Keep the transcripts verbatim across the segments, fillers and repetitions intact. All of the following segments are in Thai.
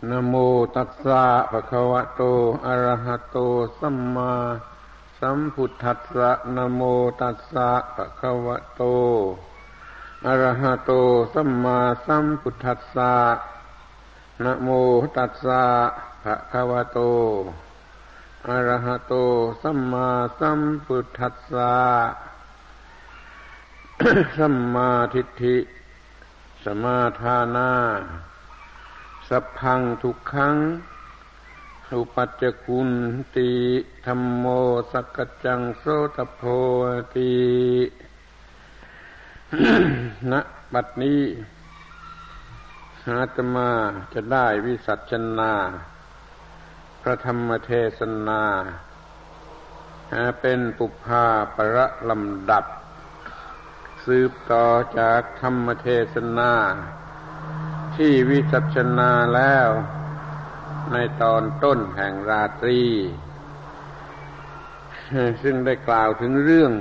นะโมตัสสะภะคะวะโตอะระหะโตสัมมาสัมพุทธัสสะนะโมตัสสะภะคะวะโตอะระหะโตสัมมาสัมพุทธัสสะนะโมตัสสะภะคะวะโตอะระหะโตสัมมาสัมพุทธัสสะ สัมมาทิฏฐิสมาทานาสัพพังทุกขังอุปัจจคุนติธัมโมสักกัจจังโสตโพติณ บัดนี้อาตมาจะได้วิสัชนาพระธรรมเทศนาเป็นปุพพาประลำดับสืบต่อจากธรรมเทศนาที่วิสัชนาแล้วในตอนต้นแห่งราตรีซึ่งได้กล่าวถึงเรื่อง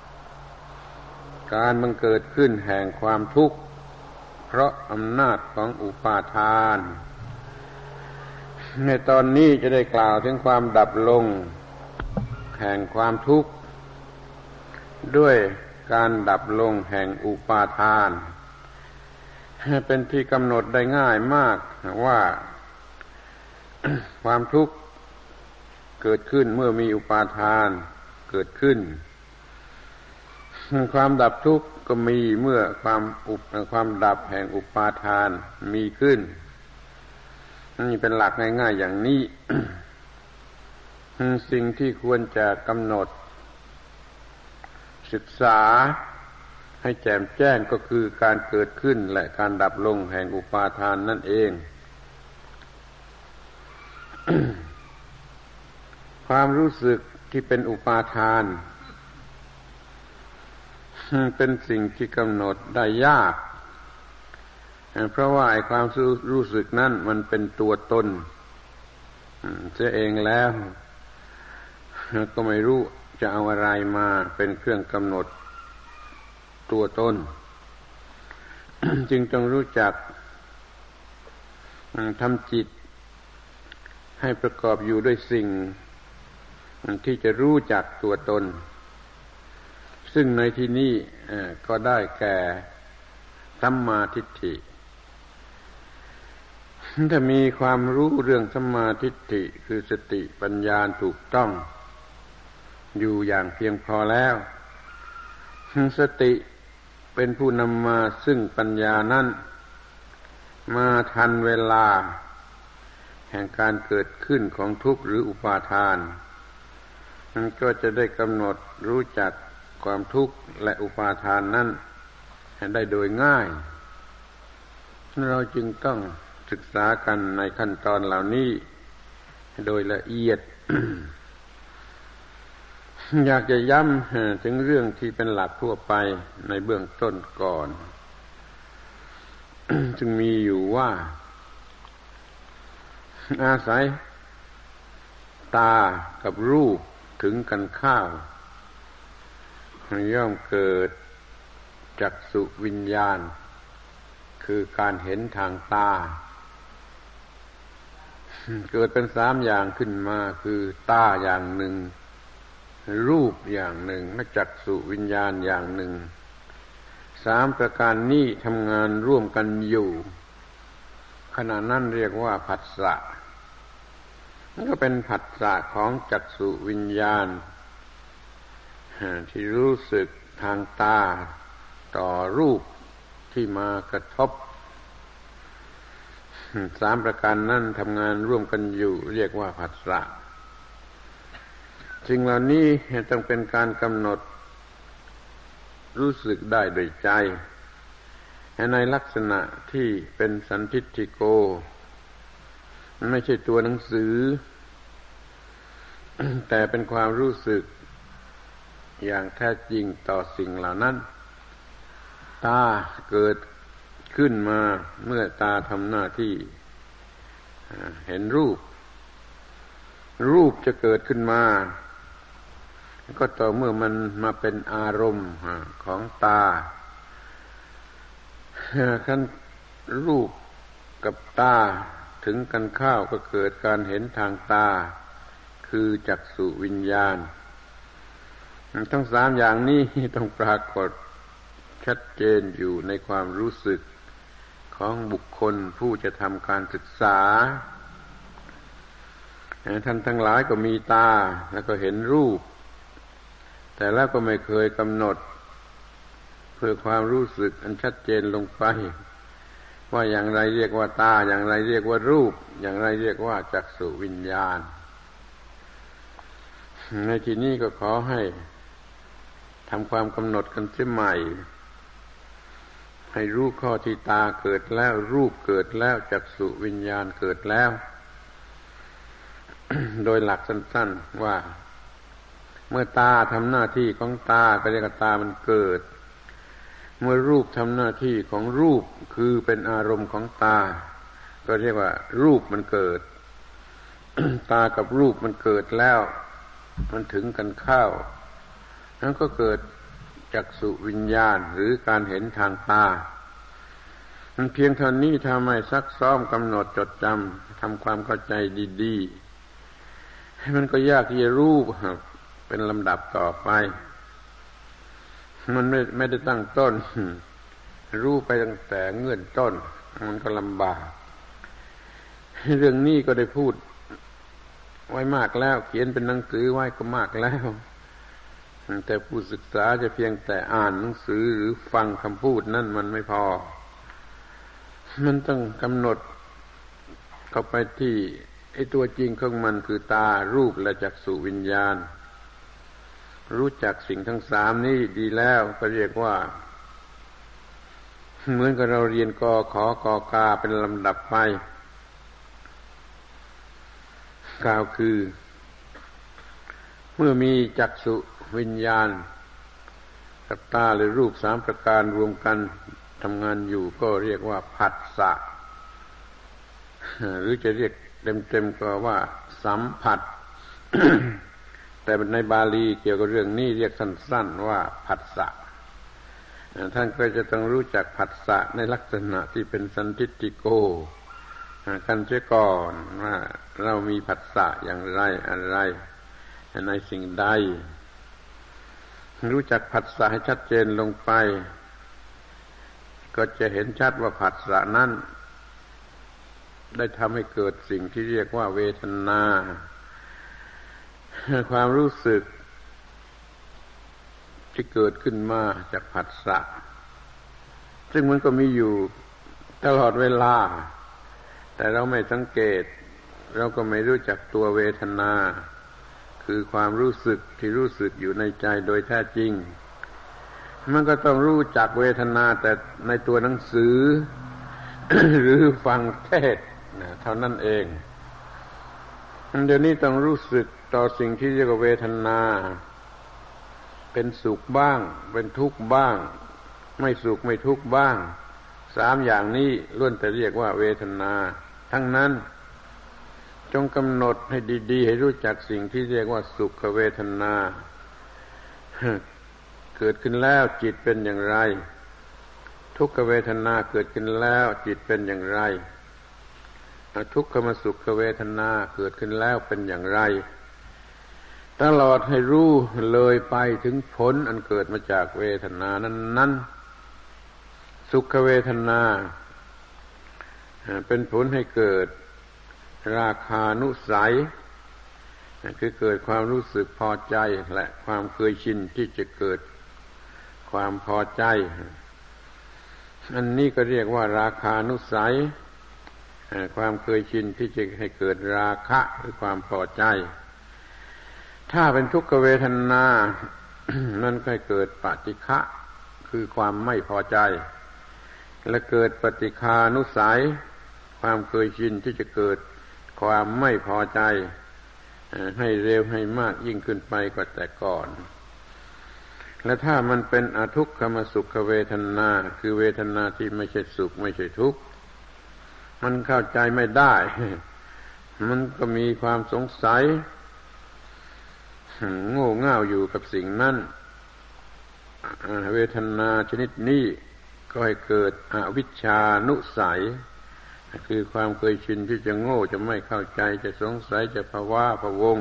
การบังเกิดขึ้นแห่งความทุกข์เพราะอำนาจของอุปาทานในตอนนี้จะได้กล่าวถึงความดับลงแห่งความทุกข์ด้วยการดับลงแห่งอุปาทานเป็นที่กำหนดได้ง่ายมากว่าความทุกข์เกิดขึ้นเมื่อมีอุปาทานเกิดขึ้นความดับทุกข์ก็มีเมื่อความอุปความดับแห่งอุปาทานมีขึ้นนี่เป็นหลักง่ายๆอย่างนี้ สิ่งที่ควรจะกำหนดศึกษาให้แจ่มแจ้งก็คือการเกิดขึ้นและการดับลงแห่งอุปาทานนั่นเอง ความรู้สึกที่เป็นอุปาทานเป็นสิ่งที่กำหนดได้ยากเพราะว่าไอ้ความรู้สึกนั้นมันเป็นตัวตนเสียเองแล้วก็ไม่รู้จะเอาอะไรมาเป็นเครื่องกำหนดตัวตน จึงต้องรู้จักทำจิตให้ประกอบอยู่ด้วยสิ่งที่จะรู้จักตัวตนซึ่งในที่นี้ก็ได้แก่สัมมาทิฏฐิถ้ามีความรู้เรื่องสัมมาทิฏฐิคือสติปัญญาถูกต้องอยู่อย่างเพียงพอแล้วสติเป็นผู้นำมาซึ่งปัญญานั้นมาทันเวลาแห่งการเกิดขึ้นของทุกข์หรืออุปาทานมันก็จะได้กำหนดรู้จักความทุกข์และอุปาทานนั้นได้โดยง่ายเราจึงต้องศึกษากันในขั้นตอนเหล่านี้โดยละเอียด อยากจะย้ำถึงเรื่องที่เป็นหลักทั่วไปในเบื้องต้นก่อน จึงมีอยู่ว่าอาศัยตากับรูปถึงกันข้าวย่อมเกิดจักษุวิญญาณคือการเห็นทางตาเกิดเป็นสามอย่างขึ้นมาคือตาอย่างหนึ่งรูปอย่างหนึ่งและจักษุวิญญาณอย่างหนึ่งสามประการนี้ทำงานร่วมกันอยู่ขณะนั้นเรียกว่าผัสสะนั่นก็เป็นผัสสะของจักษุวิญญาณที่รู้สึกทางตาต่อรูปที่มากระทบสามประการนั้นทำงานร่วมกันอยู่เรียกว่าผัสสะสิ่งเหล่านี้ต้องเป็นการกำหนดรู้สึกได้โดยใจในลักษณะที่เป็นสันทิฏฐิโกมันไม่ใช่ตัวหนังสือ แต่เป็นความรู้สึกอย่างแท้จริงต่อสิ่งเหล่านั้นตาเกิดขึ้นมาเมื่อตาทำหน้าที่เห็นรูปรูปจะเกิดขึ้นมาก็ต่อเมื่อมันมาเป็นอารมณ์ของตาขั้นรูปกับตาถถึงกันเข้าก็เกิดการเห็นทางตาคือจักษุวิญญาณทั้งสามอย่างนี้ต้องปรากฏชัดเจนอยู่ในความรู้สึกของบุคคลผู้จะทำการศึกษาท่านทั้งหลายก็มีตาแล้วก็เห็นรูปแต่แล้วก็ไม่เคยกำหนดเพื่อความรู้สึกอันชัดเจนลงไปว่าอย่างไรเรียกว่าตาอย่างไรเรียกว่ารูปอย่างไรเรียกว่าจักษุวิญญาณในที่นี้ก็ขอให้ทำความกำหนดกันเสียใหม่ให้รู้ข้อที่ตาเกิดแล้วรูปเกิดแล้วจักษุวิญญาณเกิดแล้ว โดยหลักสั้นๆว่าเมื่อตาทำหน้าที่ของตาก็เรียกว่าตามันเกิดเมื่อรูปทำหน้าที่ของรูปคือเป็นอารมณ์ของตาก็เรียกว่ารูปมันเกิด ตากับรูปมันเกิดแล้วมันถึงกันเข้านั้นก็เกิดจักษุวิญญาณหรือการเห็นทางตามันเพียงเท่านี้ถ้าไม่ซักซ้อมกำหนดจดจำทำความเข้าใจดีๆมันก็ยากที่จะรู้เป็นลำดับต่อไปมันไม่ไม่ได้ตั้งต้นรู้ไปตั้งแต่เงื่อนต้นมันก็ลำบากเรื่องนี้ก็ได้พูดไว้มากแล้วเขียนเป็นหนังสือไว้ก็มากแล้วแต่ผู้ศึกษาจะเพียงแต่อ่านหนังสือหรือฟังคำพูดนั่นมันไม่พอมันต้องกำหนดเข้าไปที่ไอ้ตัวจริงของมันคือตารูปและจักษุวิญญาณรู้จักสิ่งทั้งสามนี้ดีแล้วก็เรียกว่าเหมือนกับเราเรียนกอขอกอกาเป็นลำดับไปกล่าวคือเมื่อมีจักษุวิญญาณกับตาหรือรูปสามประการรวมกันทำงานอยู่ก็เรียกว่าผัสสะหรือจะเรียกเต็มๆก็ว่าสัมผัส แต่ในบาลีเกี่ยวกับเรื่องนี้เรียกสั้นๆว่าผัสสะท่านก็จะต้องรู้จักผัสสะในลักษณะที่เป็นสันทิฏฐิโกกันเสียก่อนว่าเรามีผัสสะอย่างไรอะไรในสิ่งใดรู้จักผัสสะให้ชัดเจนลงไปก็จะเห็นชัดว่าผัสสะนั้นได้ทำให้เกิดสิ่งที่เรียกว่าเวทนาความรู้สึกที่เกิดขึ้นมาจากผัสสะซึ่งมันก็มีอยู่ตลอดเวลาแต่เราไม่สังเกตเราก็ไม่รู้จักตัวเวทนาคือความรู้สึกที่รู้สึกอยู่ในใจโดยแท้จริงมันก็ต้องรู้จักเวทนาแต่ในตัวหนังสือ หรือฟังเทศน์เท่านั้นเองเดี๋ยวนี้ต้องรู้สึกต่อสิ่งที่เรียกว่าเวทนาเป็นสุขบ้างเป็นทุกข์บ้างไม่สุขไม่ทุกข์บ้างสามอย่างนี้ล้วนแต่เรียกว่าเวทนาทั้งนั้นจงกำหนดให้ดีๆให้รู้จักสิ่งที่เรียกว่าสุขเวทนาเกิดขึ้นแล้วจิตเป็นอย่างไรทุกขเวทนาเกิดขึ้นแล้วจิตเป็นอย่างไรทุกขมสุขเวทนาเกิดขึ้นแล้วเป็นอย่างไรตลอดให้รู้เลยไปถึงผลอันเกิดมาจากเวทนานั้นๆสุขเวทนาเป็นผลให้เกิดราคานุสัยคือเกิดความรู้สึกพอใจและความเคยชินที่จะเกิดความพอใจอันนี้ก็เรียกว่าราคานุสัยความเคยชินที่จะให้เกิดราคะหรือความพอใจถ้าเป็นทุกขเวทนา นั่นก็ให้เกิดปฏิฆะคือความไม่พอใจและเกิดปฏิฆานุสัยความเคยชินที่จะเกิดความไม่พอใจให้เร็วให้มากยิ่งขึ้นไปกว่าแต่ก่อนและถ้ามันเป็นอทุกขมสุขเวทนาคือเวทนาที่ไม่ใช่สุขไม่ใช่ทุกข์มันเข้าใจไม่ได้มันก็มีความสงสัยโง่เง่าอยู่กับสิ่งนั้นเวทนาชนิดนี้ก็ให้เกิดอวิชชานุสัยคือความเคยชินที่จะโง่จะไม่เข้าใจจะสงสัยจะภาวะพะวง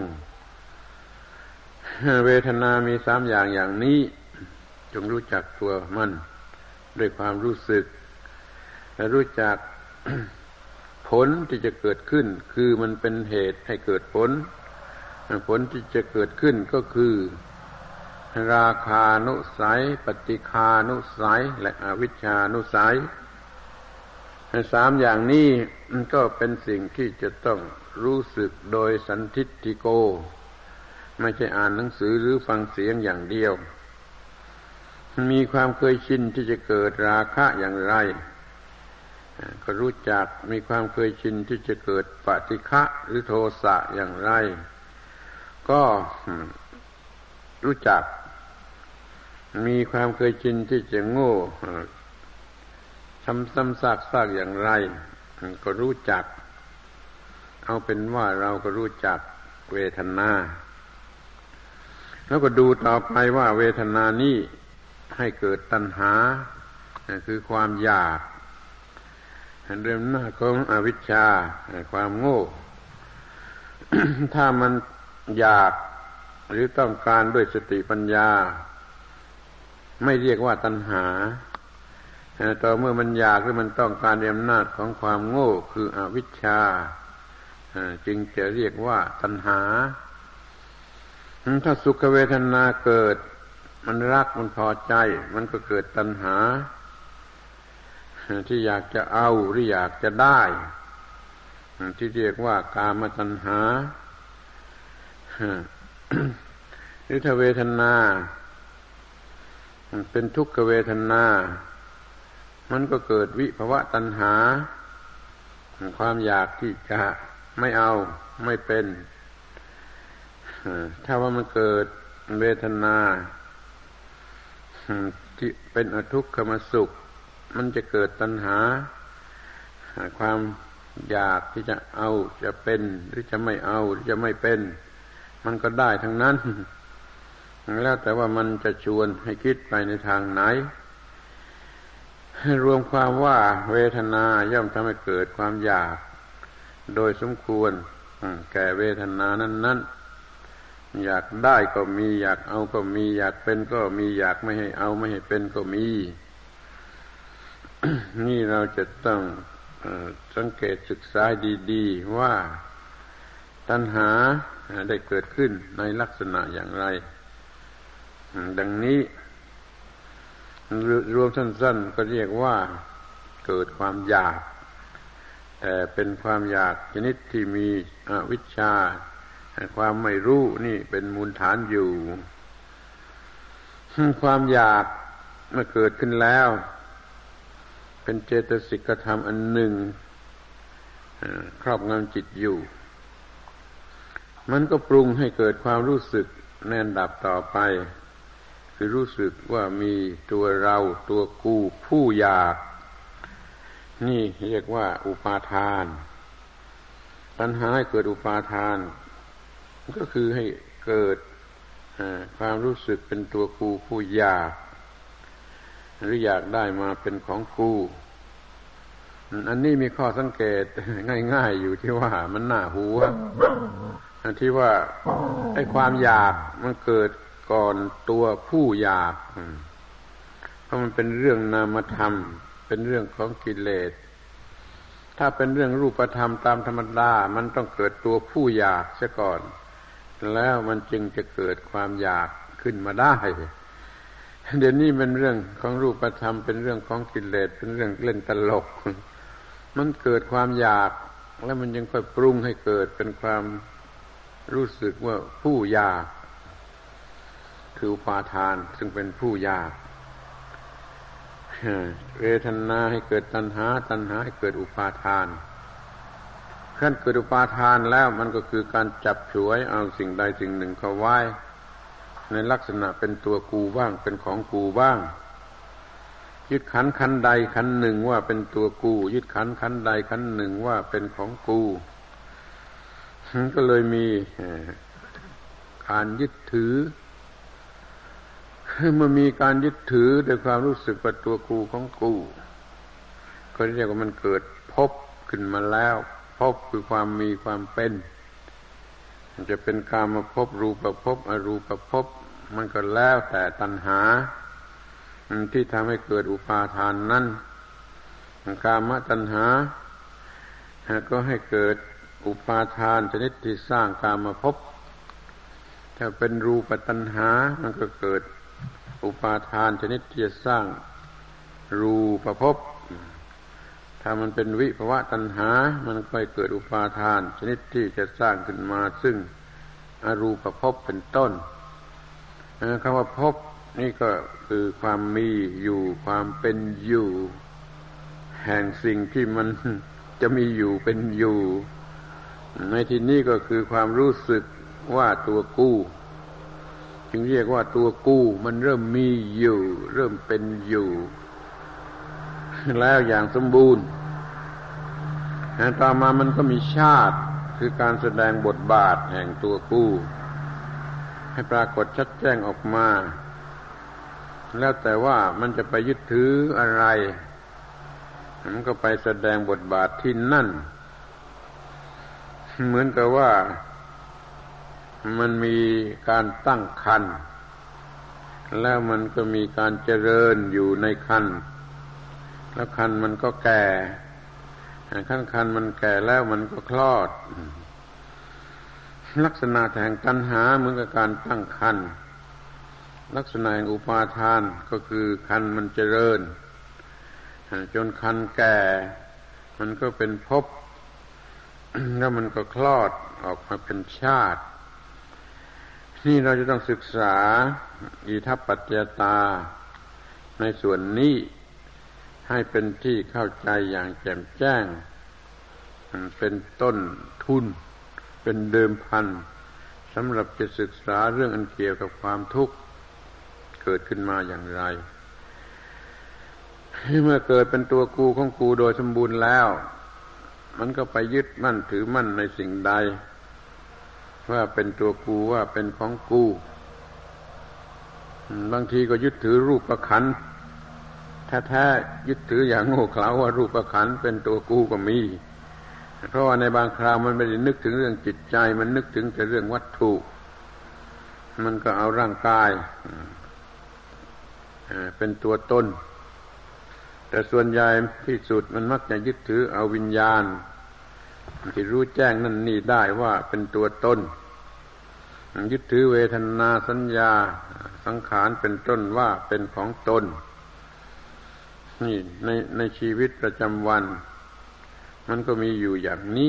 เวทนามีสามอย่างอย่างนี้จงรู้จักตัวมันด้วยความรู้สึกและรู้จัก ผลที่จะเกิดขึ้นคือมันเป็นเหตุให้เกิดผลผลที่จะเกิดขึ้นก็คือราคานุสัยปฏิฆานุสัยและอวิชชานุสัยสามอย่างนี้ก็เป็นสิ่งที่จะต้องรู้สึกโดยสันทิฏฐิโกไม่ใช่อ่านหนังสือหรือฟังเสียงอย่างเดียวมีความเคยชินที่จะเกิดราคะอย่างไรก็รู้จักมีความเคยชินที่จะเกิดปฏิฆะหรือโทสะอย่างไรก็รู้จักมีความเคยชินที่จะโง่ซ้ำๆซากๆอย่างไรก็รู้จักเอาเป็นว่าเราก็รู้จักเวทนาแล้วก็ดูต่อไปว่าเวทนานี้ให้เกิดตัณหาคือความอยากเรื่องหน้าของอวิชชาความโง่ ถ้ามันอยากหรือต้องการด้วยสติปัญญาไม่เรียกว่าตัณหาต่อเมื่อมันอยากหรือมันต้องการด้วยอำนาจของความโง่คืออวิชชาจึงจะเรียกว่าตัณหาถ้าสุขเวทนาเกิดมันรักมันพอใจมันก็เกิดตัณหาที่อยากจะเอาหรืออยากจะได้ที่เรียกว่ากามตัณหาหรือถ้าเวทนาเป็นทุกขเวทนามันก็เกิดวิภวตัณหาความอยากที่จะไม่เอาไม่เป็นถ้าว่ามันเกิดเวทนาที่เป็นอทุกขมสุขมันจะเกิดตัณหาความอยากที่จะเอาจะเป็นหรือจะไม่เอาหรือจะไม่เป็นมันก็ได้ทั้งนั้นแล้วแต่ว่ามันจะชวนให้คิดไปในทางไหนรวมความว่าเวทนาย่อมทำให้เกิดความอยากโดยสมควรแก่เวทนานั้นๆอยากได้ก็มีอยากเอาก็มีอยากเป็นก็มีอยากไม่ให้เอาไม่ให้เป็นก็มี นี่เราจะต้องสังเกตศึกษาดีๆว่าตัณหาได้เกิดขึ้นในลักษณะอย่างไรดังนี้รวมสั้นๆก็เรียกว่าเกิดความอยากแต่เป็นความอยากชนิดที่มีอวิชชาความไม่รู้นี่เป็นมูลฐานอยู่ความอยากเมื่อเกิดขึ้นแล้วเป็นเจตสิกธรรมอันหนึ่งครอบงำจิตอยู่มันก็ปรุงให้เกิดความรู้สึกในอันดับต่อไปคือรู้สึกว่ามีตัวเราตัวกูผู้อยากนี่เรียกว่าอุปาทานตัณหาให้เกิดอุปาทานก็คือให้เกิดความรู้สึกเป็นตัวกูผู้อยากหรืออยากได้มาเป็นของกูอันนี้มีข้อสังเกตง่ายๆอยู่ที่ว่ามันน่าหัวที่ว่าไอ้ความอยากมันเกิดก่อนตัวผู้อยากเพราะมันเป็นเรื่องนามธรรมเป็นเรื่องของกิเลสถ้าเป็นเรื่องรูปธรรมตามธรรมดามันต้องเกิดตัวผู้อยากซะก่อนแล้วมันจึงจะเกิดความอยากขึ้นมาได้เดี๋ยวนี้เป็นเรื่องของรูปธรรมเป็นเรื่องของกิเลสเป็นเรื่องเล่นตลกมันเกิดความอยากแล้วมันยังค่อยปรุงให้เกิดเป็นความรู้สึกว่าผู้อยากคืออุปาทานซึ่งเป็นผู้อยากเวทนาให้เกิดตัณหาตัณหาให้เกิดอุปาทานขั้นเกิดอุปาทานแล้วมันก็คือการจับฉวยเอาสิ่งใดสิ่งหนึ่งเข้าไว้ในลักษณะเป็นตัวกูบ้างเป็นของกูบ้างยึดขันธ์ขันธ์ใดขันธ์หนึ่งว่าเป็นตัวกูยึดขันธ์ขันธ์ใดขันธ์หนึ่งว่าเป็นของกูก็เลยมีการยึดถือเมื่อมีการยึดถือด้วยความรู้สึกว่าตัวกูของกูก็เรียกว่ามันเกิดภพขึ้นมาแล้วภพคือความมีความเป็นมันจะเป็นกามภพรูปภพอรูปภพมันก็แล้วแต่ตัณหาที่ทำให้เกิดอุปาทานนั้นกามตัณหาก็ให้เกิดอุปาทานชนิดที่สร้างกามภพถ้าเป็นรูปตัณหามันก็เกิดอุปาทานชนิดที่จะสร้างรูปภพถ้ามันเป็นวิภวตัณหามันก็เกิดอุปาทานชนิดที่จะสร้างขึ้นมาซึ่งอรูปภพเป็นต้นคำว่าภพนี่ก็คือความมีอยู่ความเป็นอยู่แห่งสิ่งที่มันจะมีอยู่เป็นอยู่ในที่นี้ก็คือความรู้สึกว่าตัวกู้จึงเรียกว่าตัวกู้มันเริ่มมีอยู่เริ่มเป็นอยู่แล้วอย่างสมบูรณ์ต่อมามันก็มีชาติคือการแสดงบทบาทแห่งตัวกู้ให้ปรากฏชัดแจ้งออกมาแล้วแต่ว่ามันจะไปยึดถืออะไรมันก็ไปแสดงบทบาทที่นั่นเหมือนกับว่ามันมีการตั้งครรภ์แล้วมันก็มีการเจริญอยู่ในครรภ์แล้วครรภ์มันก็แก่ขั้นครรภ์มันแก่แล้วมันก็คลอดลักษณะแห่งตัณหาเหมือนกับการตั้งครรภ์ลักษณะแห่งอุปาทานก็คือครรภ์มันเจริญจนครรภ์แก่มันก็เป็นภพแล้วมันก็คลอดออกมาเป็นชาตินี่เราจะต้องศึกษาอิทัปปัจจยตาในส่วนนี้ให้เป็นที่เข้าใจอย่างแจ่มแจ้งเป็นต้นทุนเป็นเดิมพันสำหรับจะศึกษาเรื่องอันเกี่ยวกับความทุกข์เกิดขึ้นมาอย่างไรเมื่อเกิดเป็นตัวกูของกูโดยสมบูรณ์แล้วมันก็ไปยึดมั่นถือมั่นในสิ่งใดว่าเป็นตัวกูว่าเป็นของกูบางทีก็ยึดถือรูปขันธ์แท้ๆยึดถืออย่างโง่เขลาว่ารูปขันธ์เป็นตัวกูก็มีเพราะว่าในบางคราวมันไม่ได้นึกถึงเรื่องจิตใจมันนึกถึงแต่เรื่องวัตถุมันก็เอาร่างกายเป็นตัวตนแต่ส่วนใหญ่ที่สุดมันมักจะยึดถือเอาวิญญาณที่รู้แจ้งนั่นนี่ได้ว่าเป็นตัวตนยึดถือเวทนาสัญญาสังขารเป็นต้นว่าเป็นของตนนี่ในในชีวิตประจำวันมันก็มีอยู่อย่างนี้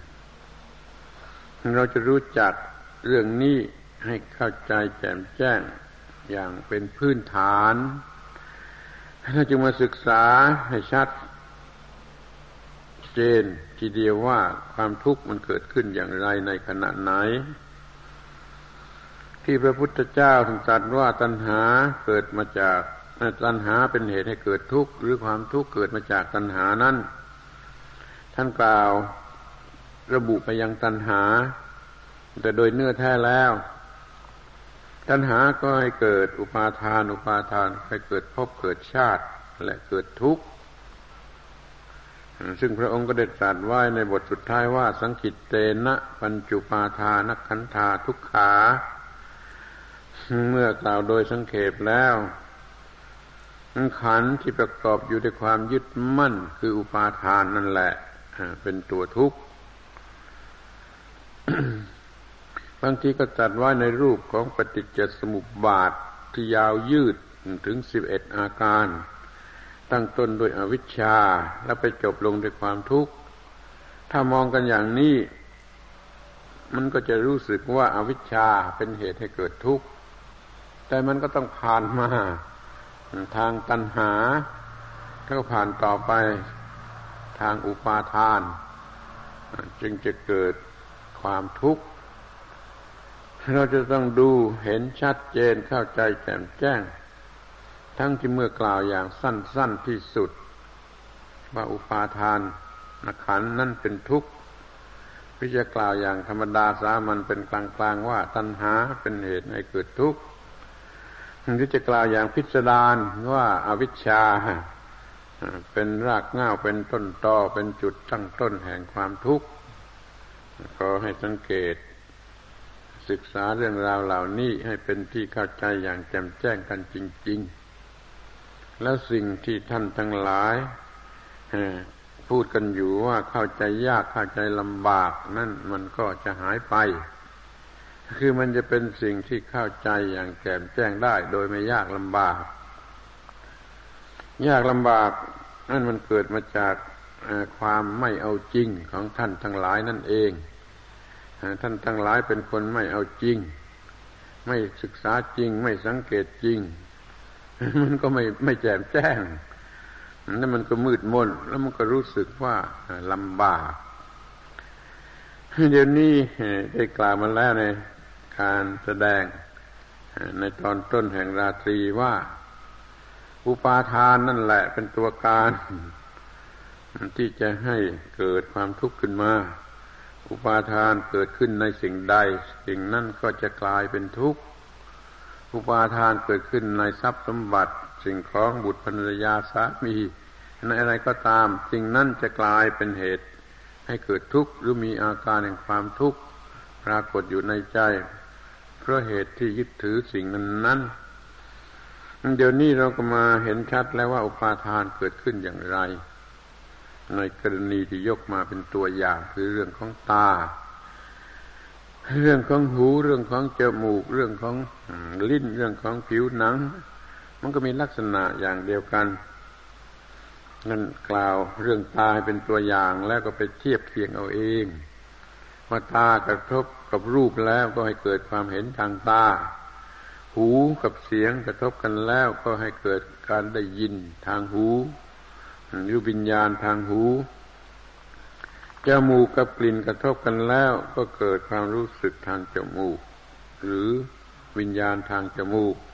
เราจะรู้จักเรื่องนี้ให้เข้าใจแจ่มแจ้งอย่างเป็นพื้นฐานเราจึงมาศึกษาให้ชัดเจนทีเดียวว่าความทุกข์มันเกิดขึ้นอย่างไรในขณะไหนที่พระพุทธเจ้าทรงตรัสว่าตัณหาเกิดมาจากตัณหาเป็นเหตุให้เกิดทุกข์หรือความทุกข์เกิดมาจากตัณหานั้นท่านกล่าวระบุไปยังตัณหาแต่โดยเนื้อแท้แล้วตัณหาก็ให้เกิดอุปาทานอุปาทานให้เกิดภพเกิดชาติและเกิดทุกข์ซึ่งพระองค์ก็ได้ตรัสไว้ในบทสุดท้ายว่าสังคิตเตนะปัญจุปาทานักขันธาทุกขาเมื่อกล่าวโดยสังเขปแล้วขันธ์ที่ประกอบอยู่ด้วยความยึดมั่นคืออุปาทานนั่นแหละเป็นตัวทุกข์ บางทีก็จัดไว้ในรูปของปฏิจจสมุปบาทที่ยาวยืดถึงสิบเอ็ดอาการตั้งต้นด้วยอวิชชาแล้วไปจบลงด้วยความทุกข์ถ้ามองกันอย่างนี้มันก็จะรู้สึกว่าอวิชชาเป็นเหตุให้เกิดทุกข์แต่มันก็ต้องผ่านมาทางตัณหาแล้วก็ผ่านต่อไปทางอุปาทานจึงจะเกิดความทุกข์เราจะต้องดูเห็นชัดเจนเข้าใจแจ่มแจ้งทั้งที่เมื่อกล่าวอย่างสั้นๆที่สุดว่าอุปาทานขันธ์นั่นเป็นทุกข์พิจารณากล่าวอย่างธรรมดาสามัญเป็นกลางๆว่าตัณหาเป็นเหตุให้เกิดทุกข์หรือจะกล่าวอย่างพิสดารว่าอวิชชาเป็นรากเหง้าเป็นต้นตอเป็นจุดตั้งต้นแห่งความทุกข์ขอให้สังเกตศึกษาเรื่องราวเหล่านี้ให้เป็นที่เข้าใจอย่างแจ่มแจ้งกันจริงๆแล้วสิ่งที่ท่านทั้งหลายพูดกันอยู่ว่าเข้าใจยากเข้าใจลำบากนั่นมันก็จะหายไปคือมันจะเป็นสิ่งที่เข้าใจอย่างแจ่มแจ้งได้โดยไม่ยากลำบากยากลำบากนั่นมันเกิดมาจากความไม่เอาจริงของท่านทั้งหลายนั่นเองท่านทั้งหลายเป็นคนไม่เอาจริงไม่ศึกษาจริงไม่สังเกตจริงมันก็ไม่ไม่แจ่มแจ้งแล้วมันก็มืดมนแล้วมันก็รู้สึกว่าลำบากเดี๋ยวนี้ได้กล่าวมาแล้วในการแสดงในตอนต้นแห่งราตรีว่าอุปาทานนั่นแหละเป็นตัวการที่จะให้เกิดความทุกข์ขึ้นมาอุปาทานเกิดขึ้นในสิ่งใดสิ่งนั้นก็จะกลายเป็นทุกข์อุปาทานเกิดขึ้นในทรัพย์สมบัติสิ่งของบุตรภรรยาสามีในอะไรก็ตามสิ่งนั้นจะกลายเป็นเหตุให้เกิดทุกข์หรือมีอาการแห่งความทุกข์ปรากฏอยู่ในใจเพราะเหตุที่ยึดถือสิ่งนั้นนั้นเดี๋ยวนี้เราก็มาเห็นชัดแล้วว่าอุปาทานเกิดขึ้นอย่างไรในกรณีที่ยกมาเป็นตัวอย่างคือเรื่องของตาเรื่องของหูเรื่องของจมูกเรื่องของลิ้นเรื่องของผิวหนังมันก็มีลักษณะอย่างเดียวกันนั่นกล่าวเรื่องตาเป็นตัวอย่างแล้วก็ไปเทียบเคียงเอาเองว่าตากระทบกับรูปแล้วก็ให้เกิดความเห็นทางตาหูกับเสียงกระทบกันแล้วก็ให้เกิดการได้ยินทางหูหรือวิญญาณทางหูจมูกกับกลิ่นกระทบกันแล้วก็เกิดความรู้สึกทางจมูกหรือวิญญาณทางจมูก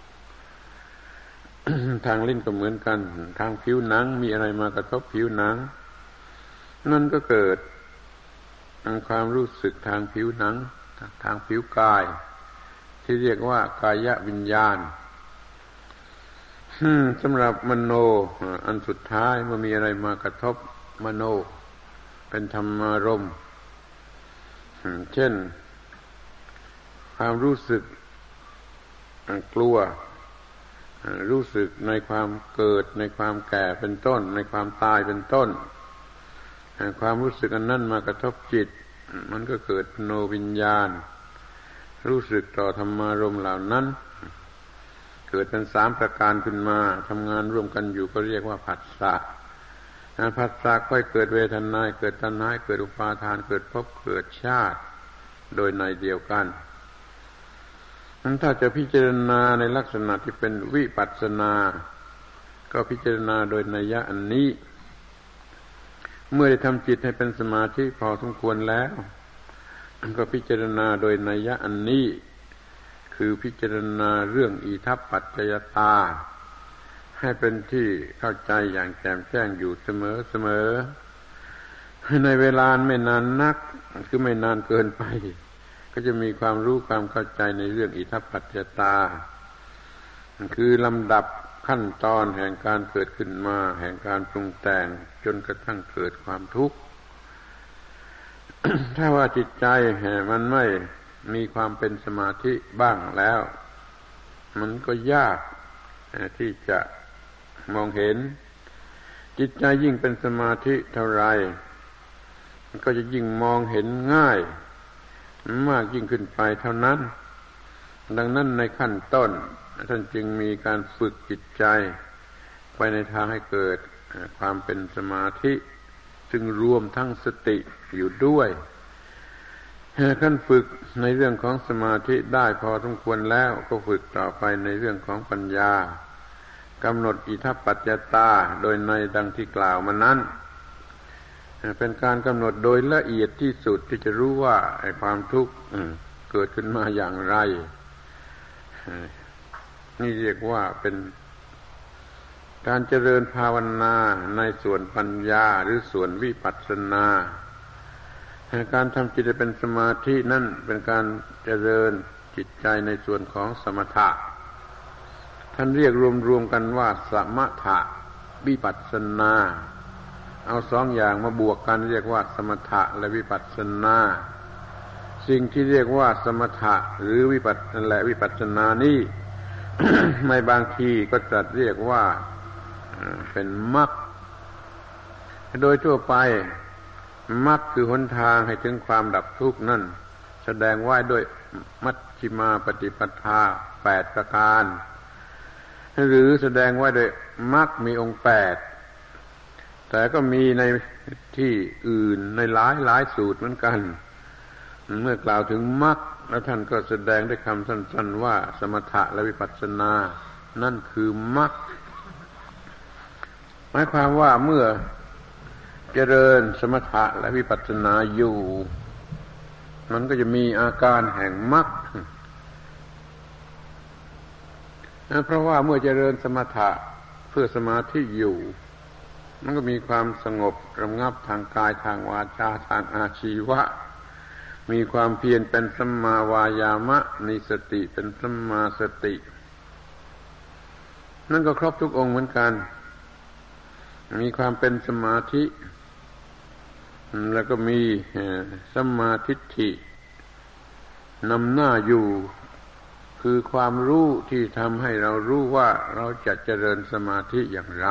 ทางลิ้นก็เหมือนกันทางผิวหนังมีอะไรมากระทบผิวหนังนั่นก็เกิดความรู้สึกทางผิวหนังทางผิวกายที่เรียกว่ากายวิญญาณสำหรับมโนอันสุดท้ายเมื่อมีอะไรมากระทบมโนเป็นธรรมารมณ์เช่นความรู้สึกกลัวรู้สึกในความเกิดในความแก่เป็นต้นในความตายเป็นต้นความรู้สึกอันนั้นมากระทบจิตมันก็เกิดมโนวิญญาณรู้สึกต่อธรรมารมณ์เหล่านั้นเกิดเป็นสามประการขึ้นมาทำงานร่วมกันอยู่ก็เรียกว่าผัสสะผัสสะก็เกิดเวทนาเกิดตัณหาเกิดอุปาทานเกิดภพเกิดชาติโดยในเดียวกันนั้นถ้าจะพิจารณาในลักษณะที่เป็นวิปัสสนาก็พิจารณาโดยนัยยะอันนี้เมื่อได้ทำจิตให้เป็นสมาธิพอสมควรแล้วก็พิจารณาโดยนัยยะอันนี้คือพิจารณาเรื่องอิทัปปัจจยตาให้เป็นที่เข้าใจอย่างแจ่มแจ้งอยู่เสมอเสมอในเวลาไม่นานนักคือไม่นานเกินไปก็จะมีความรู้ความเข้าใจในเรื่องอิทัปปัจจยตาคือลำดับขั้นตอนแห่งการเกิดขึ้นมาแห่งการปรุงแต่งจนกระทั่งเกิดความทุกข์ ถ้าว่าจิตใจมันไม่มีความเป็นสมาธิบ้างแล้วมันก็ยากที่จะมองเห็นจิตใจยิ่งเป็นสมาธิเท่าไรมันก็จะยิ่งมองเห็นง่ายมากยิ่งขึ้นไปเท่านั้นดังนั้นในขั้นต้นท่านจึงมีการฝึกจิตใจไปในทางให้เกิดความเป็นสมาธิซึ่งรวมทั้งสติอยู่ด้วยขั้นฝึกในเรื่องของสมาธิได้พอสมควรแล้วก็ฝึกต่อไปในเรื่องของปัญญากำหนดอิทัปปัจจยตาโดยในดังที่กล่าวมานั้นเป็นการกำหนดโดยละเอียดที่สุดที่จะรู้ว่าไอ้ความทุกข์เกิดขึ้นมาอย่างไรนี่เรียกว่าเป็นการเจริญภาวนาในส่วนปัญญาหรือส่วนวิปัสสนาการทำจิตให้เป็นสมาธินั่นเป็นการเจริญจิตใจในส่วนของสมถะท่านเรียกรวมๆกันว่าสมถะวิปัสสนาเอาสองอย่างมาบวกกันเรียกว่าสมถะและวิปัสสนาสิ่งที่เรียกว่าสมถะหรือวิปัสสนาและวิปัสสนานี้ ในบางทีก็จัดเรียกว่าเป็นมรรคโดยทั่วไปมรรคคือหนทางให้ถึงความดับทุกข์นั่นแสดงไว้ด้วยมัชฌิมาปฏิปทาแปดประการหรือแสดงไว้ด้วยมรรคมีองค์แปดแต่ก็มีในที่อื่นในหลายหลายสูตรเหมือนกันเมื่อกล่าวถึงมรรคแล้วท่านก็แสดงด้วยคำสั้นๆว่าสมถะและวิปัสสนานั่นคือมรรคหมายความว่าเมื่อเจริญสมถะและวิปัสสนาอยู่มันก็จะมีอาการแห่งมรรคเพราะว่าเมื่อเจริญสมถะเพื่อสมาธิอยู่มันก็มีความสงบระงับทางกายทางวาจาทางอาชีวะมีความเพียรเป็นสัมมาวายามะมีสติเป็นสัมมาสตินั่นก็ครบทุกองค์เหมือนกันมีความเป็นสมาธิแล้วก็มีสัมมาทิฏฐินำหน้าอยู่คือความรู้ที่ทำให้เรารู้ว่าเราจะเจริญสมาธิอย่างไร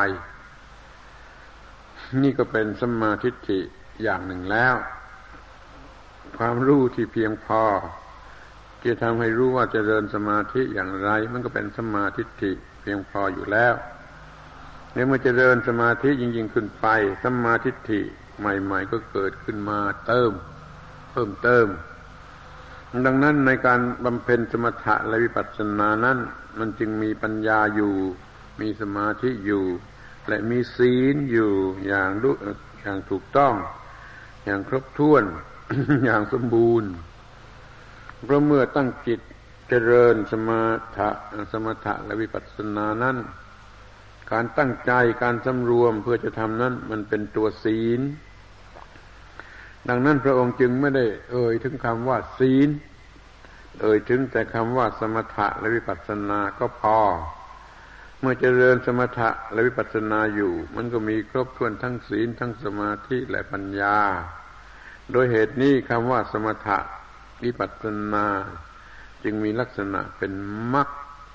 นี่ก็เป็นสัมมาทิฏฐิอย่างหนึ่งแล้วความรู้ที่เพียงพอที่ทำให้รู้ว่าเจริญสมาธิอย่างไรมันก็เป็นสัมมาทิฏฐิเพียงพออยู่แล้วเมื่อเจริญสมาธิยิ่งๆขึ้นไปสัมมาทิฏฐิใหม่ๆก็เกิดขึ้นมาเติมเพิ่มเติมดังนั้นในการบำเพ็ญสมถะและวิปัสสนานั้นมันจึงมีปัญญาอยู่มีสมาธิอยู่และมีศีลอยู่อย่างดุอย่างถูกต้องอย่างครบถ้วน อย่างสมบูรณ์เพราะเมื่อตั้งจิตเจริญสมถะสมถะและวิปัสสนานั้นการตั้งใจการสำรวมเพื่อจะทำนั้นมันเป็นตัวศีลดังนั้นพระองค์จึงไม่ได้เอ่ยถึงคำว่าศีลเอ่ยถึงแต่คำว่าสมถะและวิปัสสนาก็พอเมื่อเจริญสมถะและวิปัสสนาอยู่มันก็มีครบถ้วนทั้งศีลทั้งสมาธิและปัญญาโดยเหตุนี้คำว่าสมถะวิปัสสนาจึงมีลักษณะเป็นมรรค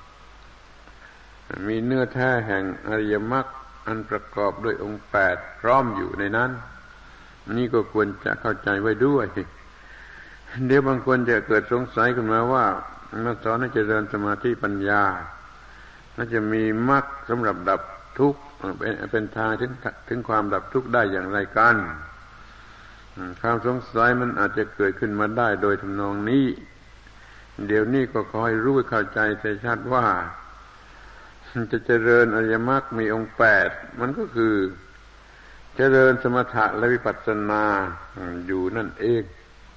มีเนื้อแท้แห่งอริยมรรคอันประกอบด้วยองค์แปดพร้อมอยู่ในนั้นนี่ก็ควรจะเข้าใจไว้ด้วยเดี๋ยวบางคนจะเกิดสงสัยขึ้นมาว่ามาสอนให้เจริญสมาธิปัญญาน่าจะมีมรรคสำหรับดับทุกข์เป็นทางถึงถึงความดับทุกข์ได้อย่างไรกันความสงสัยมันอาจจะเกิดขึ้นมาได้โดยทำนองนี้เดี๋ยวนี้ก็ขอให้รู้เข้าใจใจชัดว่าจะเจริญอริยมรรคมีองค์แปดมันก็คือเจริญสมถะและวิปัสสนาอยู่นั่นเอง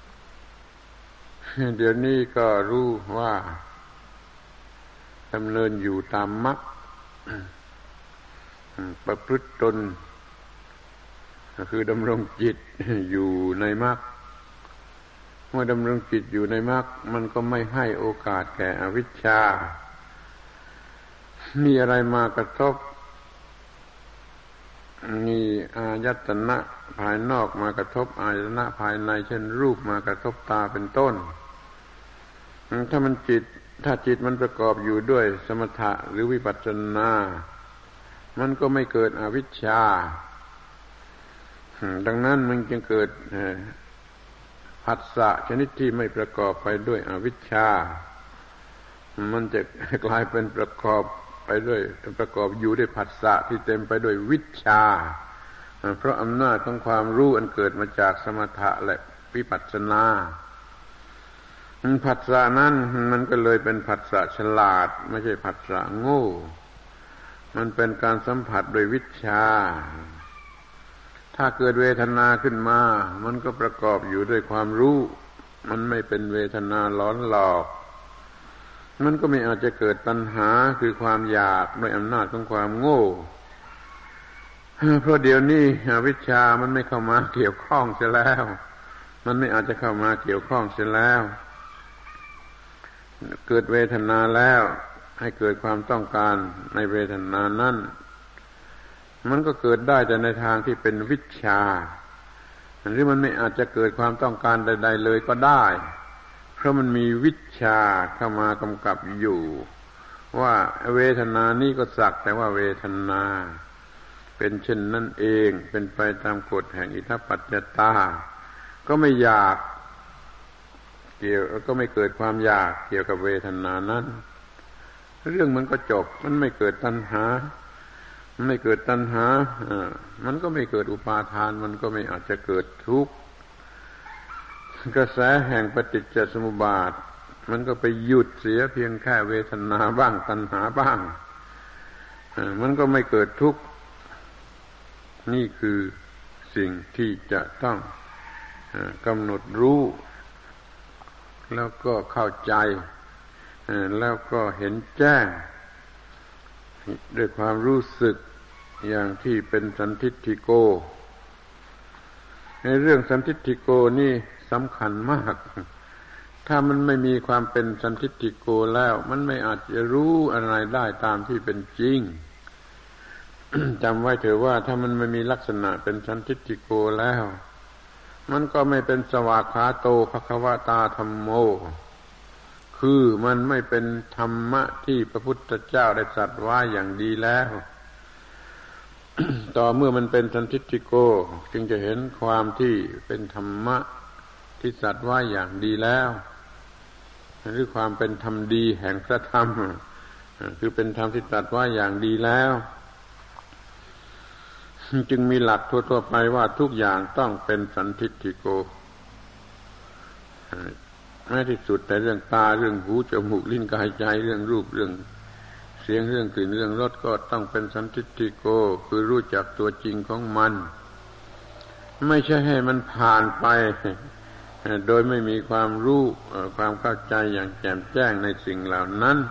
เดี๋ยวนี้ก็รู้ว่าดำเนินอยู่ตามมรรคประพฤติตนคือดำรงจิตอยู่ในมรรคเมื่อดำรงจิตอยู่ในมรรคมันก็ไม่ให้โอกาสแก่อวิชชามีอะไรมากระทบมีอายตนะภายนอกมากระทบอายตนะภายในเช่นรูปมากระทบตาเป็นต้นถ้ามันจิตถ้าจิตมันประกอบอยู่ด้วยสมถะหรือวิปัสสนามันก็ไม่เกิดอวิชชาดังนั้นมันจึงเกิดผัสสะชนิดที่ไม่ประกอบไปด้วยอวิชชามันจะกลายเป็นประกอบไปด้วยประกอบอยู่ด้วยผัสสะที่เต็มไปด้วยวิชชาเพราะอำนาจของความรู้อันเกิดมาจากสมถะและวิปัสสนาผัสสะนั้นมันก็เลยเป็นผัสสะฉลาดไม่ใช่ผัสสะโง่มันเป็นการสัมผัสโดยวิชชาถ้าเกิดเวทนาขึ้นมามันก็ประกอบอยู่ด้วยความรู้มันไม่เป็นเวทนาหลอนหลอกมันก็ไม่อาจจะเกิดตัณหาคือความอยากด้วยอำนาจของความโง่เพราะเดี๋ยวนี้อวิชชามันไม่เข้ามาเกี่ยวข้องเสียแล้วมันไม่อาจจะเข้ามาเกี่ยวข้องเสียแล้วเกิดเวทนาแล้วให้เกิดความต้องการในเวทนานั้นมันก็เกิดได้แต่ในทางที่เป็นวิชชาหรือมันไม่อาจจะเกิดความต้องการใดๆเลยก็ได้เพราะมันมีวิชชาเข้ามากำกับอยู่ว่าเวทนานี้ก็สักแต่ว่าเวทนาเป็นเช่นนั้นเองเป็นไปตามกฎแห่งอิทธปัจจตาก็ไม่อยากเกี่ยวก็ไม่เกิดความอยากเกี่ยวกับเวทนานั้นเรื่องมันก็จบมันไม่เกิดตัณหามันไม่เกิดตัณหาอ่ามันก็ไม่เกิดอุปาทานมันก็ไม่อาจจะเกิดทุกข์กระแสแห่งปฏิจจสมุปบาทมันก็ไปหยุดเสียเพียงแค่เวทนาบ้างตัณหาบ้างอ่ามันก็ไม่เกิดทุกข์นี่คือสิ่งที่จะต้องกำหนดรู้แล้วก็เข้าใจแล้วก็เห็นแจ้งด้วยความรู้สึกอย่างที่เป็นสันทิฏฐิโกในเรื่องสันทิฏฐิโกนี่สำคัญมากถ้ามันไม่มีความเป็นสันทิฏฐิโกแล้วมันไม่อาจจะรู้อะไรได้ตามที่เป็นจริง จำไว้เถอะว่าถ้ามันไม่มีลักษณะเป็นสันทิฏฐิโกแล้วมันก็ไม่เป็นสวากขาโตภควตาธัมโมคือมันไม่เป็นธรรมะที่พระพุทธเจ้าได้ตรัสไว้อย่างดีแล้ว ต่อเมื่อมันเป็นสันทิฏฐิโกจึงจะเห็นความที่เป็นธรรมะที่ตรัสไว้อย่างดีแล้วหรือความเป็นธรรมดีแห่งพระธรรมคือเป็นธรรมที่ตรัสไว้อย่างดีแล้วจึงมีหลักทั่วๆไปว่าทุกอย่างต้องเป็นสันทิฏฐิโกแม้ที่สุดแต่เรื่องตาเรื่องหูจมูกลิ้นกายใจเรื่องรูปเรื่องเสียงเรื่องกลิ่นเรื่องรสก็ต้องเป็นสันทิฏฐิโกคือรู้จักตัวจริงของมันไม่ใช่ให้มันผ่านไปโดยไม่มีความรู้ความเข้าใจอย่างแจ่มแจ้งในสิ่งเหล่านั้น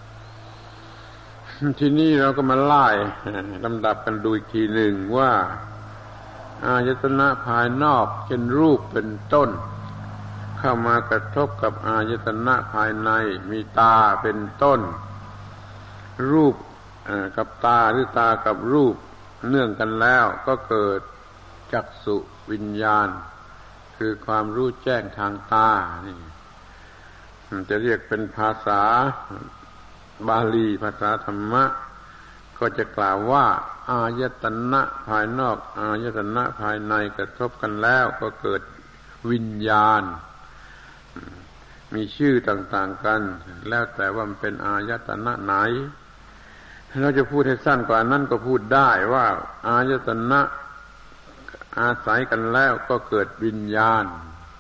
ทีนี้เราก็มาไล่ลำดับกันดูอีกทีหนึ่งว่าอายตนะภายนอกเช่นรูปเป็นต้นเข้ามากระทบกับอายตนะภายในมีตาเป็นต้นรูปกับตาหรือตากับรูปเนื่องกันแล้วก็เกิดจักษุวิญญาณคือความรู้แจ้งทางตานี่จะเรียกเป็นภาษาบาลีภาษาธรรมะก็จะกล่าวว่าอายตนะภายนอกอายตนะภายในกระทบกันแล้วก็เกิดวิญญาณมีชื่อต่างๆกันแล้วแต่ว่ามันเป็นอายตนะไหนเราจะพูดให้สั้นกว่านั้นก็พูดได้ว่าอายตนะอาศัยกันแล้วก็เกิดวิญญาณ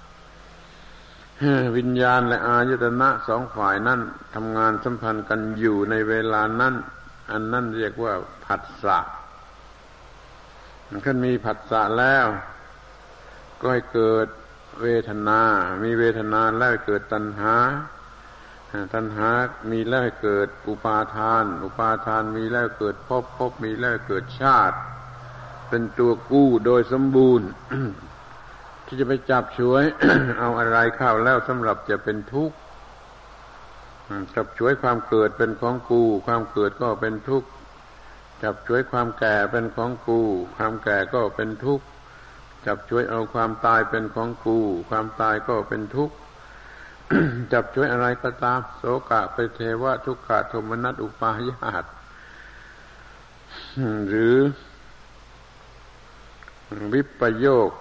วิญญาณและอายตนะสองฝ่ายนั้นทำงานสัมพันธ์กันอยู่ในเวลานั้นอันนั้นเรียกว่าผัสสะมันขึ้นมีผัสสะแล้วก็ให้เกิดเวทนามีเวทนาแล้วเกิดตัณหาตัณหามีแล้วเกิดอุปาทานอุปาทานมีแล้วเกิดภพภพมีแล้วเกิดชาติเป็นตัวกู้โดยสมบูรณ์ ที่จะไปจับฉวย เอาอะไรเข้าแล้วสำหรับจะเป็นทุกข์จับฉวยความเกิดเป็นของกูความเกิดก็เป็นทุกข์จับฉวยความแก่เป็นของกูความแก่ก็เป็นทุกข์จับฉวยเอาความตายเป็นของกูความตายก็เป็นทุกข์ จับฉวยอะไรก็ตามโสกะไปเทวะทุกขะโทมนัสอุปาญาตหรือวิปโยค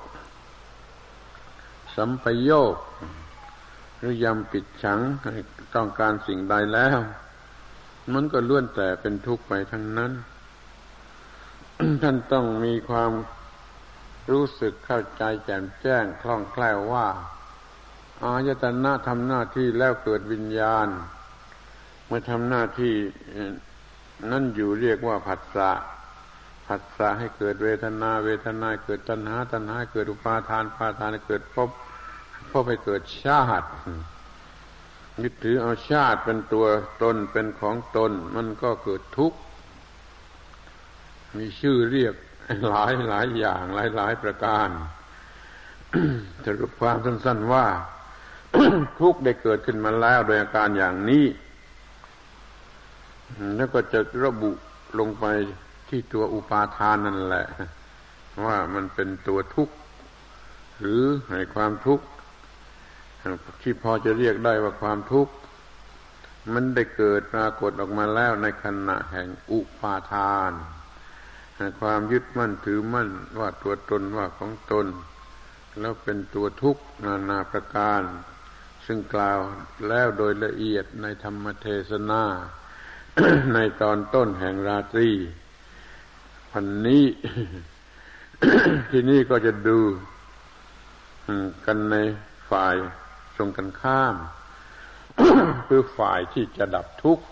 สัมปโยคหรือยำปิดฉังต้องการสิ่งใดแล้วมันก็ล้วนแต่เป็นทุกข์ไปทั้งนั้น ท่านต้องมีความรู้สึกเข้าใจแจ่มแจ้งคล่องแคล่วว่าอายตนะทำหน้าที่แล้วเกิดวิญญาณเมื่อทำหน้าที่นั่นอยู่เรียกว่าผัสสะผัสสะให้เกิดเวทนาเวทนาเกิดตัณหาตัณหาเกิดอุปาทานอุปาทานเกิดภพภพให้เกิดชาติยึดถือเอาชาติเป็นตัวตนเป็นของตนมันก็เกิดทุกข์มีชื่อเรียกหลายหลายอย่างหลายหลายประการ สรุปความสั้นๆว่า ทุกข์ได้เกิดขึ้นมาแล้วโดยอาการอย่างนี้แล้วก็จะระบุลงไปที่ตัวอุปาทานนั่นแหละว่ามันเป็นตัวทุกข์หรือให้ความทุกข์ที่พอจะเรียกได้ว่าความทุกข์มันได้เกิดปรากฏออกมาแล้วในขณะแห่งอุปาทานความยึดมั่นถือมั่นว่าตัวตนว่าของตนแล้วเป็นตัวทุกข์นานาประการซึ่งกล่าวแล้วโดยละเอียดในธรรมเทศนา ในตอนต้นแห่งราตรีพันนี้ ที่นี่ก็จะดูกันในฝ่ายตรงกันข้าม คือฝ่ายที่จะดับทุกข์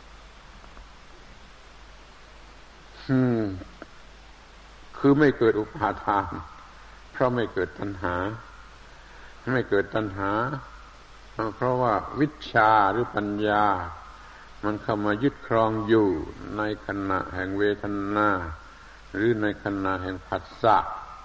คือไม่เกิดอุปาทานเพราะไม่เกิดตัณหาไม่เกิดตัณหาเพราะว่าวิชชาหรือปัญญามันเข้ามายึดครองอยู่ในขณะแห่งเวทนาหรือในขณะแห่งผัสสะ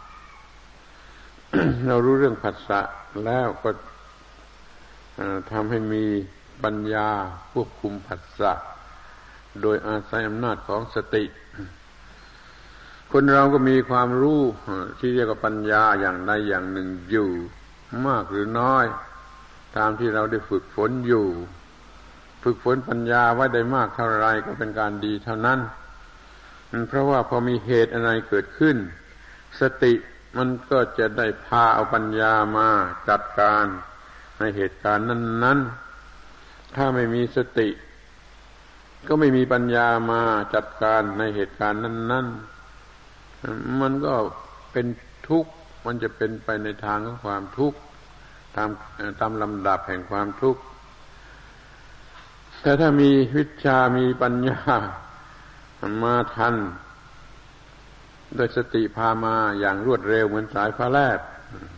เรารู้เรื่องผัสสะแล้วก็ทำให้มีปัญญาควบคุมผัสสะโดยอาศัยอำนาจของสติคนเราก็มีความรู้ที่เรียกว่าปัญญาอย่างใดอย่างหนึ่งอยู่มากหรือน้อยตามที่เราได้ฝึกฝนอยู่ฝึกฝนปัญญาไว้ได้มากเท่าไรก็เป็นการดีเท่านั้นเพราะว่าพอมีเหตุอะไรเกิดขึ้นสติมันก็จะได้พาเอาปัญญามาจัดการในเหตุการณ์นั้นๆถ้าไม่มีสติก็ไม่มีปัญญามาจัดการในเหตุการณ์นั้นๆมันก็เป็นทุกข์มันจะเป็นไปในทางของความทุกข์ตามตามลำดับแห่งความทุกข์แต่ถ้ามีวิชามีปัญญามาทันโดยสติพามาอย่างรวดเร็วเหมือนสายฟ้าแลบ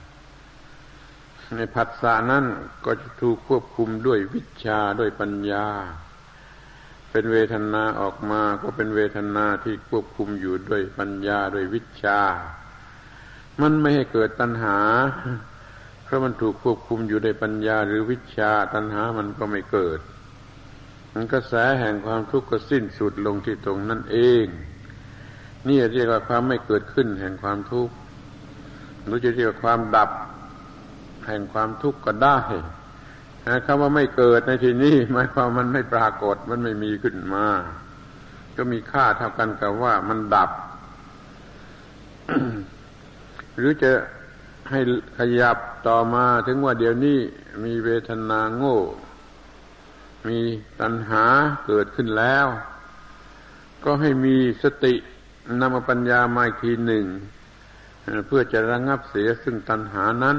ในผัสสะนั้นก็จะถูกควบคุมด้วยวิชาด้วยปัญญาเป็นเวทนาออกมาก็เป็นเวทนาที่ควบคุมอยู่ด้วยปัญญาด้วยวิชามันไม่ให้เกิดตัณหาเพราะมันถูกควบคุมอยู่ด้วยปัญญาหรือวิชาตัณหามันก็ไม่เกิดมันกระแสแห่งความทุกข์ก็สิ้นสุดลงที่ตรงนั้นเองนี่เรียกว่าความไม่เกิดขึ้นแห่งความทุกข์หรือจะเรียกว่าความดับแห่งความทุกข์ก็ได้คำว่าไม่เกิดในที่นี้หมายความมันไม่ปรากฏมันไม่มีขึ้นมาก็มีค่าเท่ากันกับว่ามันดับ หรือจะให้ขยับต่อมาถึงว่าเดี๋ยวนี้มีเวทนาโง่มีตัณหาเกิดขึ้นแล้วก็ให้มีสตินำปัญญามาอีกทีหนึ่งเพื่อจะระงับเสียซึ่งตัณหานั้น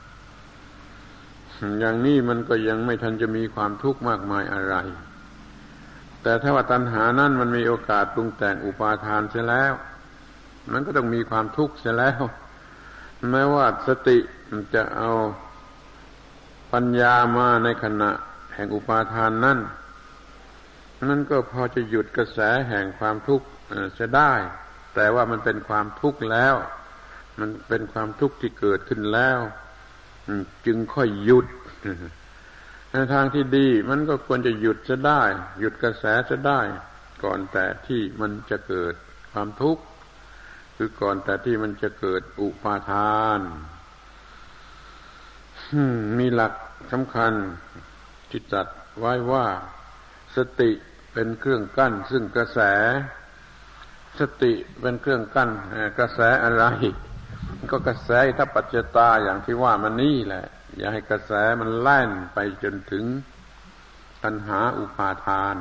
อย่างนี้มันก็ยังไม่ทันจะมีความทุกข์มากมายอะไรแต่ถ้าว่าตัณหานั้นมันมีโอกาสปรุงแต่งอุปาทานเสียแล้วมันก็ต้องมีความทุกข์เสียแล้วแม้ว่าสติจะเอาปัญญามาในขณะแห่งอุปาทานนั้นนั่นก็พอจะหยุดกระแสแห่งความทุกข์จะได้แต่ว่ามันเป็นความทุกข์แล้วมันเป็นความทุกข์ที่เกิดขึ้นแล้วจึงค่อยหยุดในทางที่ดีมันก็ควรจะหยุดจะได้หยุดกระแสจะได้ก่อนแต่ที่มันจะเกิดความทุกข์คือก่อนแต่ที่มันจะเกิดอุปาทานมีหลักสำคัญที่จัดไว้ว่าสติเป็นเครื่องกั้นซึ่งกระแสสติเป็นเครื่องกั้นกระแสอะไรก็กระแสอิทธัปปัจจตาอย่างที่ว่ามันนี่แหละอย่าให้กระแสมันแล่นไปจนถึงตัณหาอุปาทาน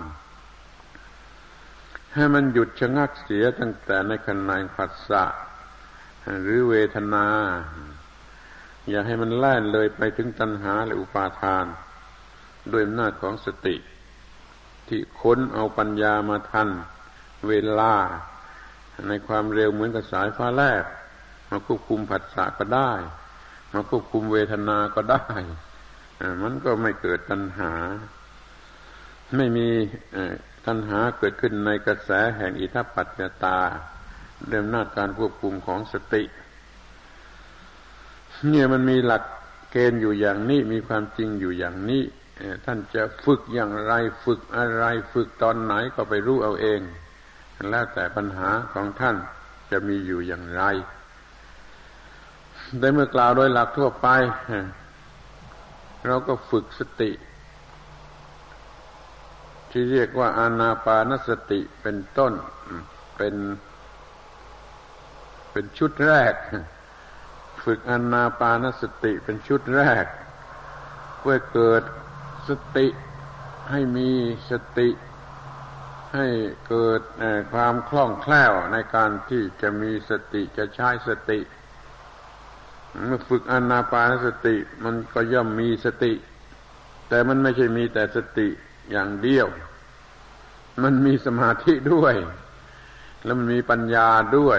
ให้มันหยุดชะงักเสียตั้งแต่ในขณะผัสสะหรือเวทนาอย่าให้มันแล่นเลยไปถึงตัณหาและอุปาทานด้วยอำนาจของสติที่ค้นเอาปัญญามาทันเวลาในความเร็วเหมือนกับสายฟ้าแลบมาควบคุมผัสสะก็ได้มาควบคุมเวทนาก็ได้มันก็ไม่เกิดตัณหาไม่มีตัณหาเกิดขึ้นในกระแสแห่งอิทธัปปัจจตาด้วยอำนาจการควบคุมของสติเนี่ยมันมีหลักเกณฑ์อยู่อย่างนี้มีความจริงอยู่อย่างนี้ท่านจะฝึกอย่างไรฝึกอะไรฝึกตอนไหนก็ไปรู้เอาเองแล้วแต่ปัญหาของท่านจะมีอยู่อย่างไรได้เมื่อกล่าวโดยหลักทั่วไปเราก็ฝึกสติที่เรียกว่าอานาปานสติเป็นต้นเป็นเป็นชุดแรกฝึกอานาปานสติเป็นชุดแรกเพื่อเกิดสติให้มีสติให้เกิดความคล่องแคล่วในการที่จะมีสติจะใช้สติเมื่อฝึกอานาปานสติมันก็ย่อมมีสติแต่มันไม่ใช่มีแต่สติอย่างเดียวมันมีสมาธิด้วยแล้วมันมีปัญญาด้วย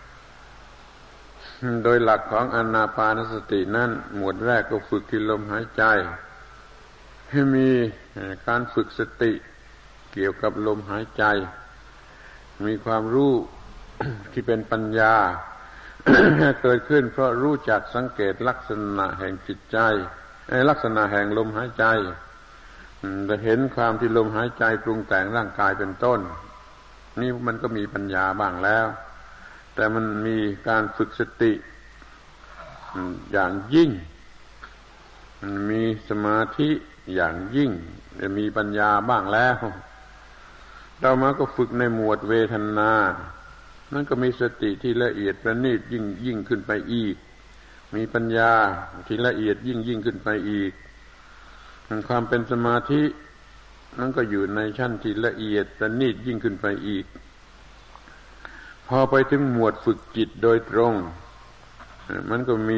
โดยหลักของอานาปานสตินั้นหมวดแรกก็ฝึกที่ลมหายใจให้มีการฝึกสติเกี่ยวกับลมหายใจมีความรู้ที่เป็นปัญญา เกิดขึ้นเพราะรู้จักสังเกตลักษณะแห่งจิตใจลักษณะแห่งลมหายใจจะเห็นความที่ลมหายใจปรุงแต่งร่างกายเป็นต้นนี่มันก็มีปัญญาบ้างแล้วแต่มันมีการฝึกสติอย่างยิ่งมันมีสมาธิอย่างยิ่งจะมีปัญญาบ้างแล้วต่อมาก็ฝึกในหมวดเวทนานั่นก็มีสติที่ละเอียดประณีตยิ่งยิ่งขึ้นไปอีกมีปัญญาที่ละเอียดยิ่งยิ่งขึ้นไปอีกความเป็นสมาธินั่นก็อยู่ในชั้นที่ละเอียดประณีตยิ่งขึ้นไปอีกพอไปถึงหมวดฝึกจิตโดยตรงมันก็มี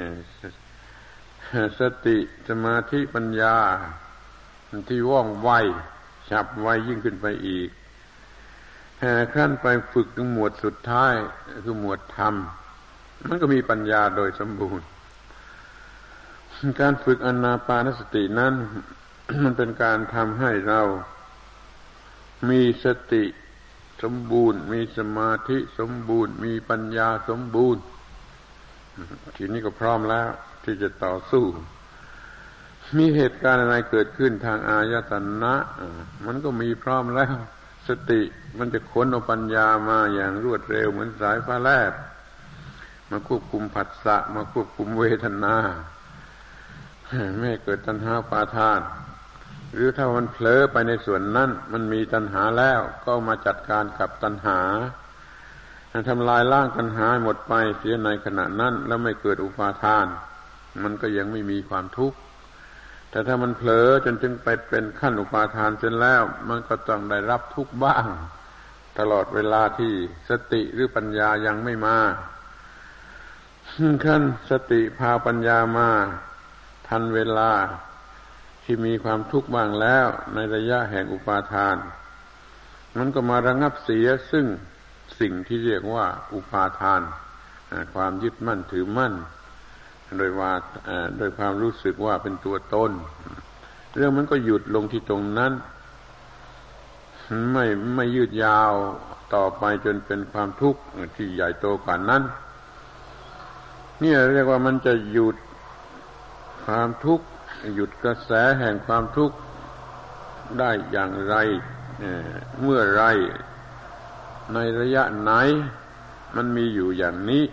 สติสมาธิปัญญาที่ว่องไวฉับไวยิ่งขึ้นไปอีกขั้นไปฝึกถึงหมวดสุดท้ายคือหมวดธรรมมันก็มีปัญญาโดยสมบูรณ์การฝึกอานาปานสตินั้นมันเป็นการทำให้เรามีสติสมบูรณ์มีสมาธิสมบูรณ์มีปัญญาสมบูรณ์ทีนี้ก็พร้อมแล้วที่จะต่อสู้มีเหตุการณ์อะไรเกิดขึ้นทางอายตนะมันก็มีพร้อมแล้วสติมันจะขนเอาปัญญามาอย่างรวดเร็วเหมือนสายฟ้าแลบมาควบคุมผัสสะมาควบคุมเวทนาไม่ให้เกิดตัณหาอุปาทานหรือถ้ามันเผลอไปในส่วนนั้นมันมีตัณหาแล้วก็มาจัดการกับตัณหาทำลายล้างตัณหาหมดไปเสียในขณะนั้นแล้วไม่เกิดอุปาทานมันก็ยังไม่มีความทุกข์แต่ถ้ามันเผลอจนถึงไปเป็นขั้นอุปาทานเสร็จแล้วมันก็ต้องได้รับทุกข์บ้างตลอดเวลาที่สติหรือปัญญายังไม่มาขั้นสติพาปัญญามาทันเวลาที่มีความทุกข์บ้างแล้วในระยะแห่งอุปาทานมันก็มาระงับเสียซึ่งสิ่งที่เรียกว่าอุปาทานความยึดมั่นถือมั่นโดยว่าโดยความรู้สึกว่าเป็นตัวตนเรื่องมันก็หยุดลงที่ตรงนั้นไม่ไม่ยืดยาวต่อไปจนเป็นความทุกข์ที่ใหญ่โตกว่านั้นนี่เรียกว่ามันจะหยุดความทุกข์หยุดกระแสแห่งความทุกข์ได้อย่างไรเมื่อไรในระยะไหนมันมีอยู่อย่างนี้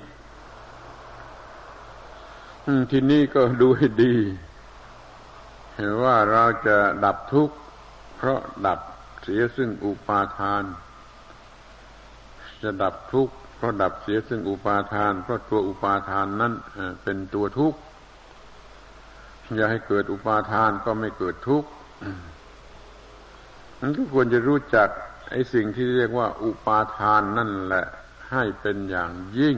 ทีนี้ก็ดูให้ดีว่าเราจะดับทุกข์เพราะดับเสียซึ่งอุปาทานจะดับทุกข์เพราะดับเสียซึ่งอุปาทานเพราะตัวอุปาทานนั้นเป็นตัวทุกข์อย่าให้เกิดอุปาทานก็ไม่เกิดทุกข์นั้นก็ควรจะรู้จักไอ้สิ่งที่เรียกว่าอุปาทานนั่นแหละให้เป็นอย่างยิ่ง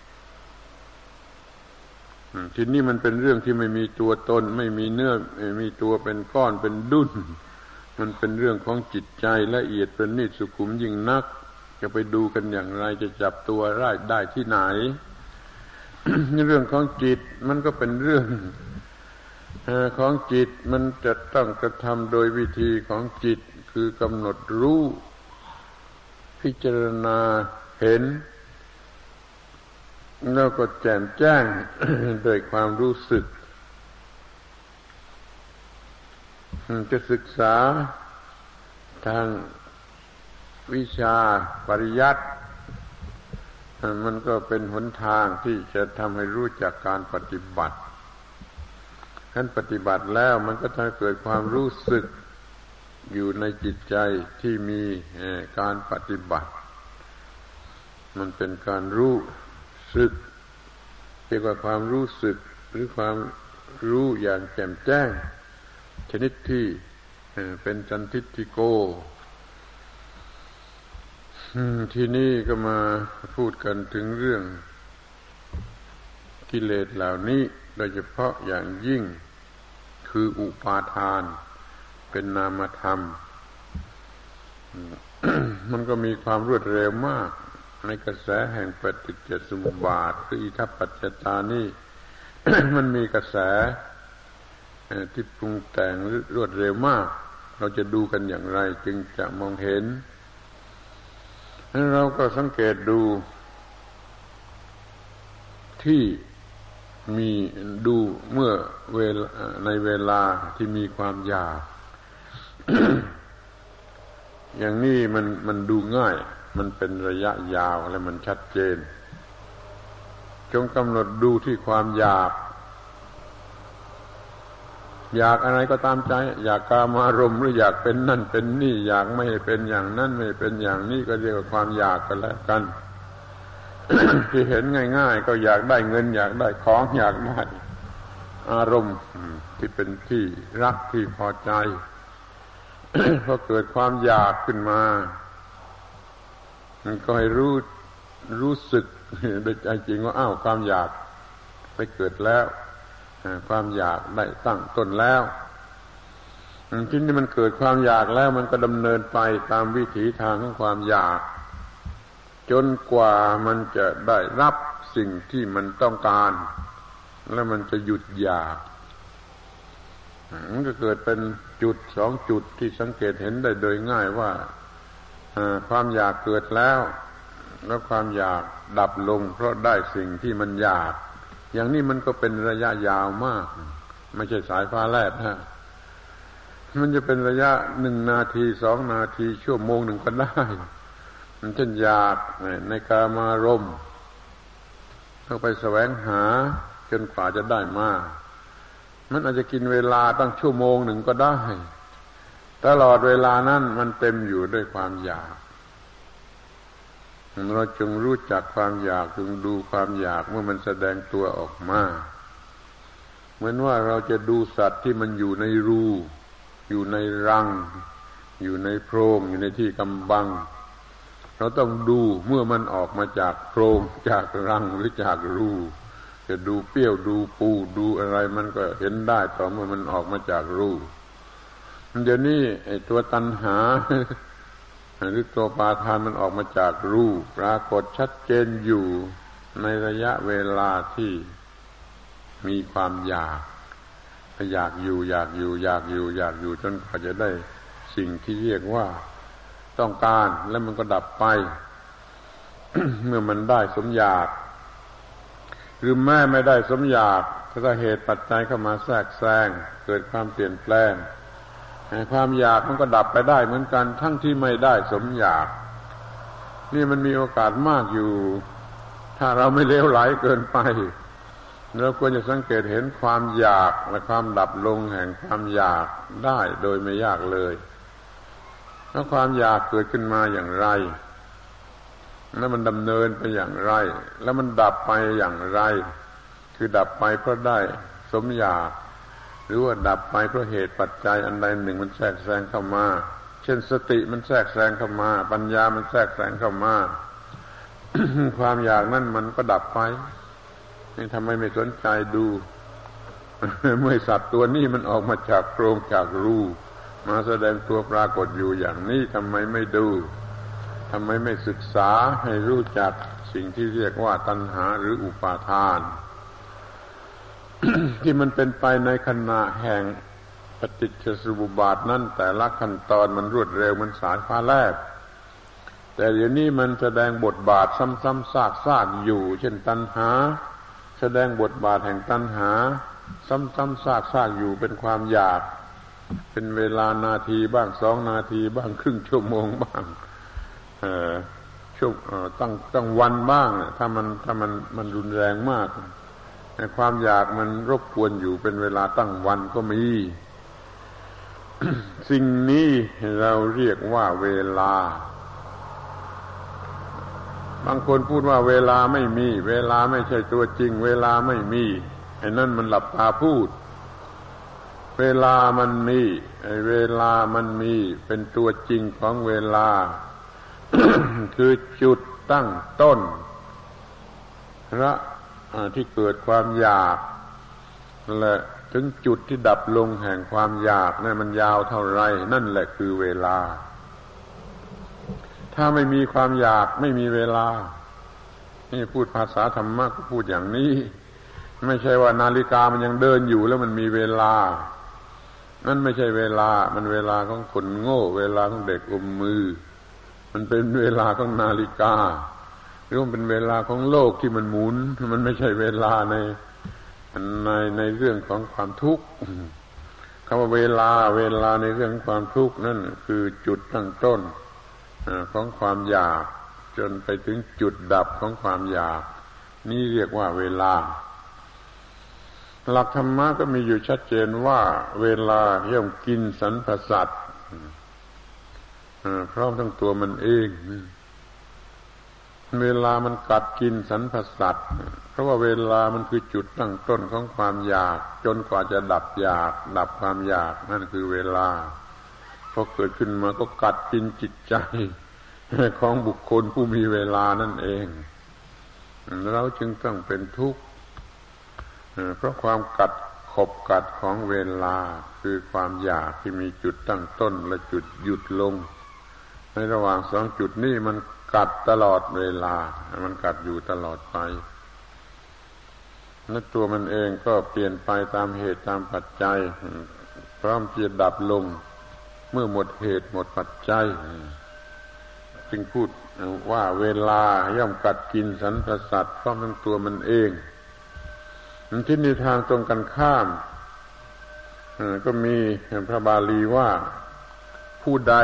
ทีนี้มันเป็นเรื่องที่ไม่มีตัวตนไม่มีเนื้อไม่มีตัวเป็นก้อนเป็นดุ้นมันเป็นเรื่องของจิตใจละเอียดประณีตสุขุมยิ่งนักจะไปดูกันอย่างไรจะจับตัวได้ได้ที่ไหน เรื่องของจิตมันก็เป็นเรื่องของจิตมันจะต้องกระทำโดยวิธีของจิตคือกำหนดรู้พิจารณาเห็นแล้วก็แจ่มแจ้ง โดยความรู้สึกจะศึกษาทางวิชาปริยัติมันก็เป็นหนทางที่จะทำให้รู้จักการปฏิบัติขั้นปฏิบัติแล้วมันก็จะเกิดความรู้สึกอยู่ในจิตใจที่มีการปฏิบัติมันเป็นการรู้สึกเรียกว่าความรู้สึกหรือความรู้อย่างแจ่มแจ้งชนิดที่เป็นสันทิฏฐิโกที่นี่ก็มาพูดกันถึงเรื่องกิเลสเหล่านี้โดยเฉพาะอย่างยิ่งคืออุปาทานเป็นนามธรรม มันก็มีความรวดเร็วมากในกระแสแห่งปฏิจจสมุปบาทคืออิทัปปัจจตานี่ มันมีกระแสที่ปรุงแต่งรวดเร็วมากเราจะดูกันอย่างไรจึงจะมองเห็นเราก็สังเกตดูที่มีดูเมื่อเวลาในเวลาที่มีความอยาก อย่างนี้มันมันดูง่ายมันเป็นระยะยาวและมันชัดเจนจงกำหนดดูที่ความอยากอยากอะไรก็ตามใจอยากกามารมณ์หรืออยากเป็นนั่นเป็นนี่อยากไม่ให้เป็นอย่างนั้นไม่เป็นอย่างนี้ก็เรียกว่าความอยากกันแล้วกัน ที่เห็นง่ายๆก็อยากได้เงินอยากได้ของอยากได้อารมณ์ที่เป็นที่รักที่พอใจ พอเกิดความอยากขึ้นมามันก็ให้รู้รู้สึกโดยใจจริงว่าอ้าวความอยากไปเกิดแล้วความอยากได้ตั้งต้นแล้วทีนี้มันเกิดความอยากแล้วมันก็ดำเนินไปตามวิถีทางของความอยากจนกว่ามันจะได้รับสิ่งที่มันต้องการแล้วมันจะหยุดอยากมันก็เกิดเป็นจุดสองจุดที่สังเกตเห็นได้โดยง่ายว่าความอยากเกิดแล้วแล้วความอยากดับลงเพราะได้สิ่งที่มันอยากอย่างนี้มันก็เป็นระยะยาวมากไม่ใช่สายฟ้าแลบนะมันจะเป็นระยะหนึ่งนาทีสองนาทีชั่วโมงหนึ่งก็ได้มันเช่นอยากในกามารมณ์เข้าไปแสวงหาจนกว่าจะได้มามันอาจจะกินเวลาตั้งชั่วโมงหนึ่งก็ได้ตลอดเวลานั้นมันเต็มอยู่ด้วยความอยากเราจงรู้จักความอยากจงดูความอยากเมื่อมันแสดงตัวออกมาเหมือนว่าเราจะดูสัตว์ที่มันอยู่ในรูอยู่ในรังอยู่ในโพรงอยู่ในที่กำบังเราต้องดูเมื่อมันออกมาจากโพรงจากรังหรือจากรูจะดูเปรี้ยวดูปูดูอะไรมันก็เห็นได้ต่อเมื่อมันออกมาจากรูเดี๋ยวนี้ไอ้ตัวตัณหาหรือตัวปาทานมันออกมาจากรูปรากฏชัดเจนอยู่ในระยะเวลาที่มีความอยากอยากอยู่อยากอยู่อยากอยู่อยากอยู่จนกว่าจะได้สิ่งที่เรียกว่าต้องการแล้วมันก็ดับไป เมื่อมันได้สมอยากหรือแม้ไม่ได้สมอยากถ้าเหตุปัจจัยเข้ามาแทรกแซงเกิดความเปลี่ยนแปลงความอยากมันก็ดับไปได้เหมือนกันทั้งที่ไม่ได้สมอยากนี่มันมีโอกาสมากอยู่ถ้าเราไม่เลวไหลเกินไปเราควรจะสังเกตเห็นความอยากและความดับลงแห่งความอยากได้โดยไม่ยากเลยแล้วความอยากเกิดขึ้นมาอย่างไรแล้วมันดำเนินไปอย่างไรแล้วมันดับไปอย่างไรคือดับไปเพราะได้สมอยากหรือว่าดับไปเพราะเหตุปัจจัยอันใดหนึ่งมันแทรกแซงเข้ามาเช่นสติมันแทรกแซงเข้ามาปัญญามันแทรกแซงเข้ามา ความอยากนั่นมันก็ดับไปนี่ทำไมไม่สนใจดู เมื่อสัตว์ตัวนี้มันออกมาจากโพรงจากรูมาแสดงตัวปรากฏอยู่อย่างนี้ทำไมไม่ดูทำไมไม่ศึกษาให้รู้จักสิ่งที่เรียกว่าตัณหาหรืออุปาทาน ที่มันเป็นไปในขณะแห่งปฏิจจสมุปบาทนั้นแต่ละขั้นตอนมันรวดเร็วมันสายฟ้าแลบแต่เดี๋ยวนี้มันแสดงบทบาทซ้ำๆซากๆอยู่เช่นตัณหาแสดงบทบาทแห่งตัณหาซ้ำๆซากๆอยู่เป็นความอยากเป็นเวลานาทีบ้างสองนาทีบ้างครึ่งชั่วโมงบ้างเอ่อช่วงตั้งตั้งวันบ้างถ้ามันถ้ามันมันรุนแรงมากความอยากมันรบกวนอยู่เป็นเวลาตั้งวันก็มี สิ่งนี้เราเรียกว่าเวลาบางคนพูดว่าเวลาไม่มีเวลาไม่ใช่ตัวจริงเวลาไม่มีไอ้นั่นมันหลับตาพูดเวลามันมีไอ้เวลามันมีเป็นตัวจริงของเวลา คือจุดตั้งต้นระที่เกิดความอยากและถึงจุดที่ดับลงแห่งความอยากนั่นมันยาวเท่าไรนั่นแหละคือเวลาถ้าไม่มีความอยากไม่มีเวลานี่พูดภาษาธรรมะก็พูดอย่างนี้ไม่ใช่ว่านาฬิกามันยังเดินอยู่แล้วมันมีเวลานั่นไม่ใช่เวลามันเวลาของคนโง่เวลาของเด็กอมมือมันเป็นเวลาของนาฬิกาหรือมันเป็นเวลาของโลกที่มันหมุนมันไม่ใช่เวลาในในในเรื่องของความทุกข์คำว่าเวลาเวลาในเรื่องความทุกข์นั่นคือจุดตั้งต้นของความอยากจนไปถึงจุดดับของความอยากนี่เรียกว่าเวลาหลักธรรมะก็มีอยู่ชัดเจนว่าเวลาย่อมกินสรรพสัตว์พร้อมทั้งตัวมันเองเวลามันกัดกินสรรพสัตว์เพราะว่าเวลามันคือจุดตั้งต้นของความอยากจนกว่าจะดับอยากดับความอยากนั่นคือเวลาพอเกิดขึ้นมาก็กัดกินจิตใจของบุคคลผู้มีเวลานั่นเองเราจึงต้องเป็นทุกข์เพราะความกัดขบกัดของเวลาคือความอยากที่มีจุดตั้งต้นและจุดหยุดลงในระหว่างสองจุดนี้มันกัดตลอดเวลามันกัดอยู่ตลอดไปและตัวมันเองก็เปลี่ยนไปตามเหตุตามปัจจัยพร้อมจะดับลงเมื่อหมดเหตุหมดปัจจัยจึงพูดว่าเวลาย่อมกัดกินสรรพสัตว์พร้อมทั้งตัวมันเองที่ในทางตรงกันข้ามก็มีพระบาลีว่าผู้ใด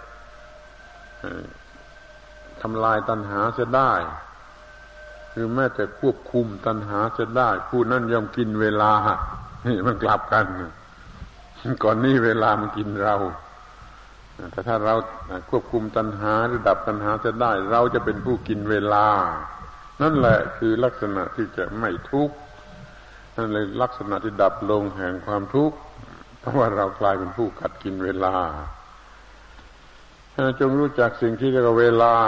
ทำลายตัณหาเสียได้คือแม้แต่ควบคุมตัณหาเสียได้ผู้นั้นย่อมกินเวลานี่มันกลับกันก่อนนี้เวลามันกินเราแต่ถ้าเราควบคุมตัณหาหรือดับตัณหาเสียได้เราจะเป็นผู้กินเวลานั่นแหละคือลักษณะที่จะไม่ทุกข์นั่นเลยลักษณะที่ดับลงแห่งความทุกข์เพราะว่าเรากลายเป็นผู้กัดกินเวลาจงรู้จักสิ่งที่เรียกว่าเวลา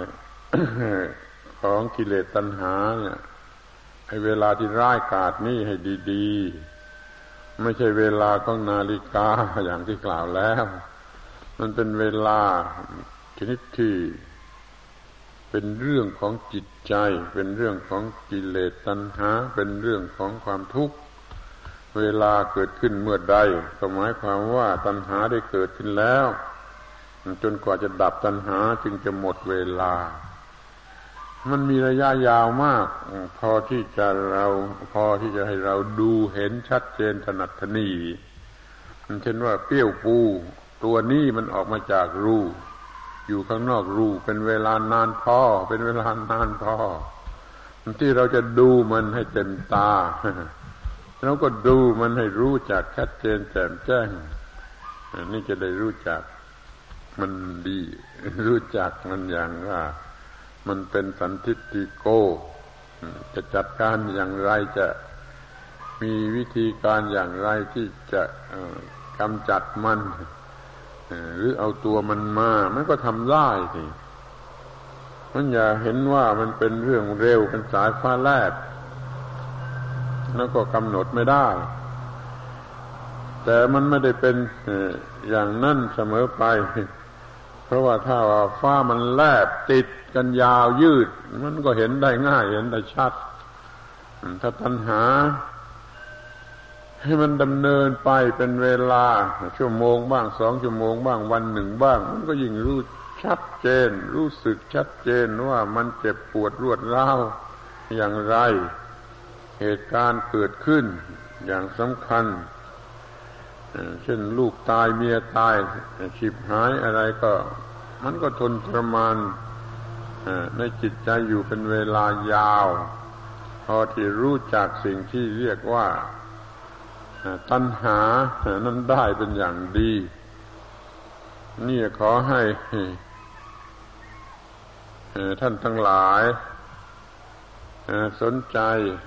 ของกิเลสตัณหาเนี่ยให้เวลาที่ร้ายกาจนี่ให้ดีๆไม่ใช่เวลาของนาฬิกาอย่างที่กล่าวแล้วมันเป็นเวลาชนิดที่เป็นเรื่องของจิตใจเป็นเรื่องของกิเลสตัณหาเป็นเรื่องของความทุกข์เวลาเกิดขึ้นเมื่อใดก็หมายความว่าตัณหาได้เกิดขึ้นแล้วจนกว่าจะดับตัณหาจึงจะหมดเวลามันมีระยะยาวมากพอที่จะเราพอที่จะให้เราดูเห็นชัดเจนถนัดถนีเช่นว่าเปรี้ยวปูตัวนี้มันออกมาจากรูอยู่ข้างนอกรูเป็นเวลานานพอเป็นเวลานานพอที่เราจะดูมันให้เต็มตาเราก็ดูมันให้รู้จักชัดเจนแจ่มแจ้งนี่จะได้รู้จักมันดีรู้จักมันอย่างว่ามันเป็นสันทิฏฐิโกจะจัดการอย่างไรจะมีวิธีการอย่างไรที่จะกำจัดมันหรือเอาตัวมันมามันก็ทำได้สิมันอย่าเห็นว่ามันเป็นเรื่องเร็วเป็นสายฟ้าแลบแล้วก็กำหนดไม่ได้แต่มันไม่ได้เป็นอย่างนั้นเสมอไปเพราะว่าถ้าว่าฟ้ามันแลบติดกันยาวยืดมันก็เห็นได้ง่ายเห็นได้ชัดถ้าตัณหาให้มันดำเนินไปเป็นเวลาชั่วโมงบ้างสองชั่วโมงบ้างวันหนึ่งบ้างมันก็ยิ่งรู้ชัดเจนรู้สึกชัดเจนว่ามันเจ็บปวดรวดร้าวอย่างไรเหตุการณ์เกิดขึ้นอย่างสำคัญเช่นลูกตายเมียตายฉิบหายอะไรก็มันก็ทนทรมานในจิตใจอยู่เป็นเวลายาวพอที่รู้จักสิ่งที่เรียกว่าตัณหานั้นได้เป็นอย่างดีนี่ขอให้ท่านทั้งหลายสนใจ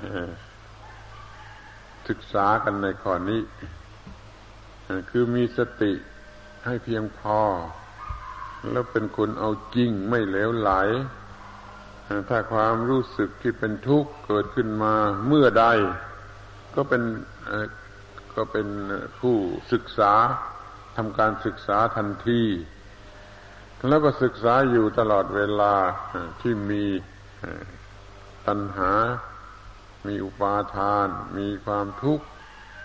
ศึกษากันในข้อนี้คือมีสติให้เพียงพอแล้วเป็นคนเอาจริงไม่เหลวไหลถ้าความรู้สึกที่เป็นทุกข์เกิดขึ้นมาเมื่อใดก็เป็นก็เป็นผู้ศึกษาทำการศึกษาทันทีแล้วก็ศึกษาอยู่ตลอดเวลาที่มีตัณหามีอุปาทานมีความทุกข์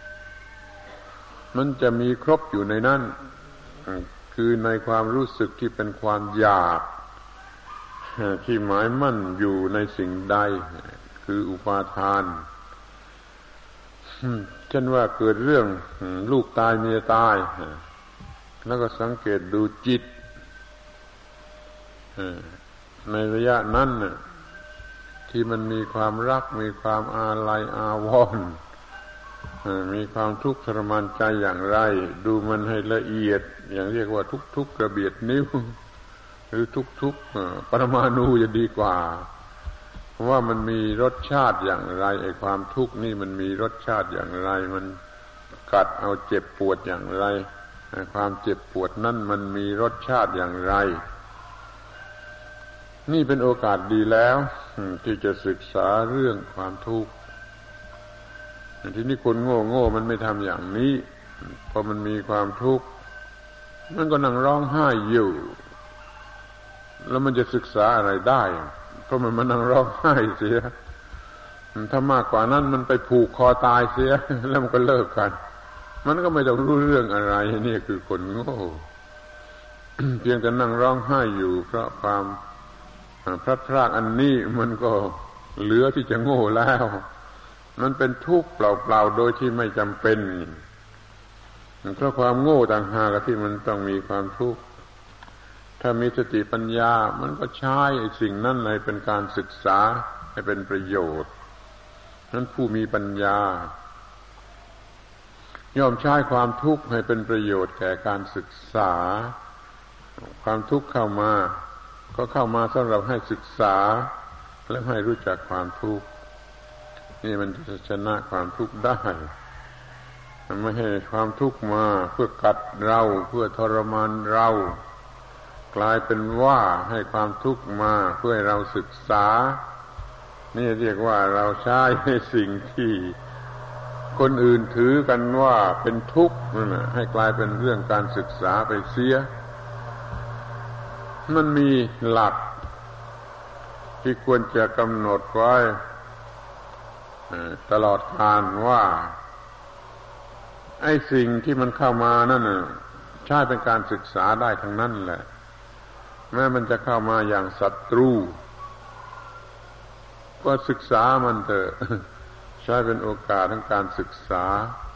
มันจะมีครบอยู่ในนั้นคือในความรู้สึกที่เป็นความอยากที่หมายมั่นอยู่ในสิ่งใดคืออุปาทานเช่นว่าเกิดเรื่องลูกตายเมียตายแล้วก็สังเกตดูจิตในระยะนั้นที่มันมีความรักมีความอาลัยอาวรณ์มีความทุกข์ทรมานใจอย่างไรดูมันให้ละเอียดอย่างเรียกว่าทุกๆกระเบียดนิ้วหรือทุกๆปรมาณูจะดีกว่าว่ามันมีรสชาติอย่างไรไอ้ความทุกข์นี่มันมีรสชาติอย่างไรมันกัดเอาเจ็บปวดอย่างไรความเจ็บปวดนั่นมันมีรสชาติอย่างไรนี่เป็นโอกาสดีแล้วที่จะศึกษาเรื่องความทุกข์ทีนี้คนโง่โง่มันไม่ทำอย่างนี้พอมันมีความทุกข์มันก็นั่งร้องไห้อยู่แล้วมันจะศึกษาอะไรได้เพราะมันมานั่งร้องไห้เสียถ้ามากกว่านั้นมันไปผูกคอตายเสียแล้วมันก็เลิกกันมันก็ไม่ต้องรู้เรื่องอะไรนี่คือคนโง่ เพียงแต่นั่งร้องไห้อยู่เพราะความพลัดพรากอันนี้มันก็เหลือที่จะโง่แล้วมันเป็นทุกข์เปล่าๆโดยที่ไม่จำเป็นเพราะความโง่ต่างหากที่มันต้องมีความทุกข์ถ้ามีสติปัญญามันก็ใช้สิ่งนั้นในเป็นการศึกษาให้เป็นประโยชน์นั้นผู้มีปัญญาย่อมใช้ความทุกข์ให้เป็นประโยชน์แก่การศึกษาความทุกข์เข้ามาก็เข้ามาสำหรับให้ศึกษาและให้รู้จักความทุกข์นี่มันจะชนะความทุกข์ได้ไม่ให้ความทุกข์มาเพื่อกัดเราเพื่อทรมานเรากลายเป็นว่าให้ความทุกข์มาเพื่อให้เราศึกษานี่เรียกว่าเราใช้ในสิ่งที่คนอื่นถือกันว่าเป็นทุกข์นั่นแหละให้กลายเป็นเรื่องการศึกษาไปเสียมันมีหลักที่ควรจะกำหนดไว้ตลอดกาลว่าไอ้สิ่งที่มันเข้ามานั่นน่ะใช้เป็นการศึกษาได้ทั้งนั้นแหละแม้มันจะเข้ามาอย่างศัตรูก็ศึกษามันเถอะใช้เป็นโอกาสทั้งการศึกษา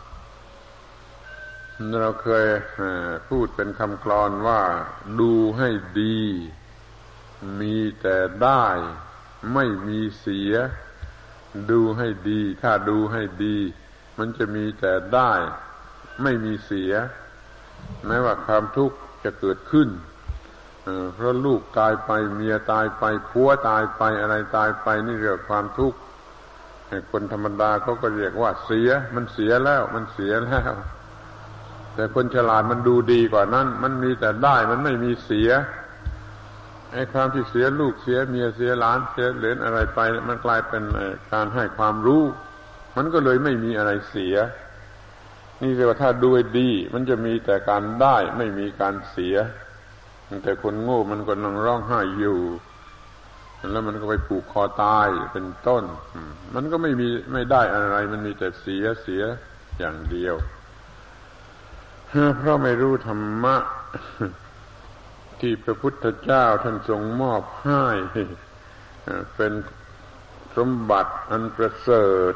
เราเคยพูดเป็นคำกลอนว่าดูให้ดีมีแต่ได้ไม่มีเสียดูให้ดีถ้าดูให้ดีมันจะมีแต่ได้ไม่มีเสียแม้ว่าความทุกข์จะเกิดขึ้นเพราะลูกตายไปเมียตายไปผัวตายไปอะไรตายไปนี่เรียกความทุกข์คนธรรมดาเขาก็เรียกว่าเสียมันเสียแล้วมันเสียแล้วแต่คนฉลาดมันดูดีกว่านั้นมันมีแต่ได้มันไม่มีเสียไอ้ความที่เสียลูกเสียเมียเสียหลานเสียเหลนอะไรไปมันกลายเป็นการให้ความรู้มันก็เลยไม่มีอะไรเสียนี่เรียกว่าถ้าดูดีมันจะมีแต่การได้ไม่มีการเสียแต่คนโง่มันก็นั่งร้องไห้อยู่แล้วมันก็ไปผูกคอตายเป็นต้นมันก็ไม่มีไม่ได้อะไรมันมีแต่เสียเสียอย่างเดียวเพราะไม่รู้ธรรมะที่พระพุทธเจ้าท่านทรงมอบให้เป็นสมบัติอันประเสริฐ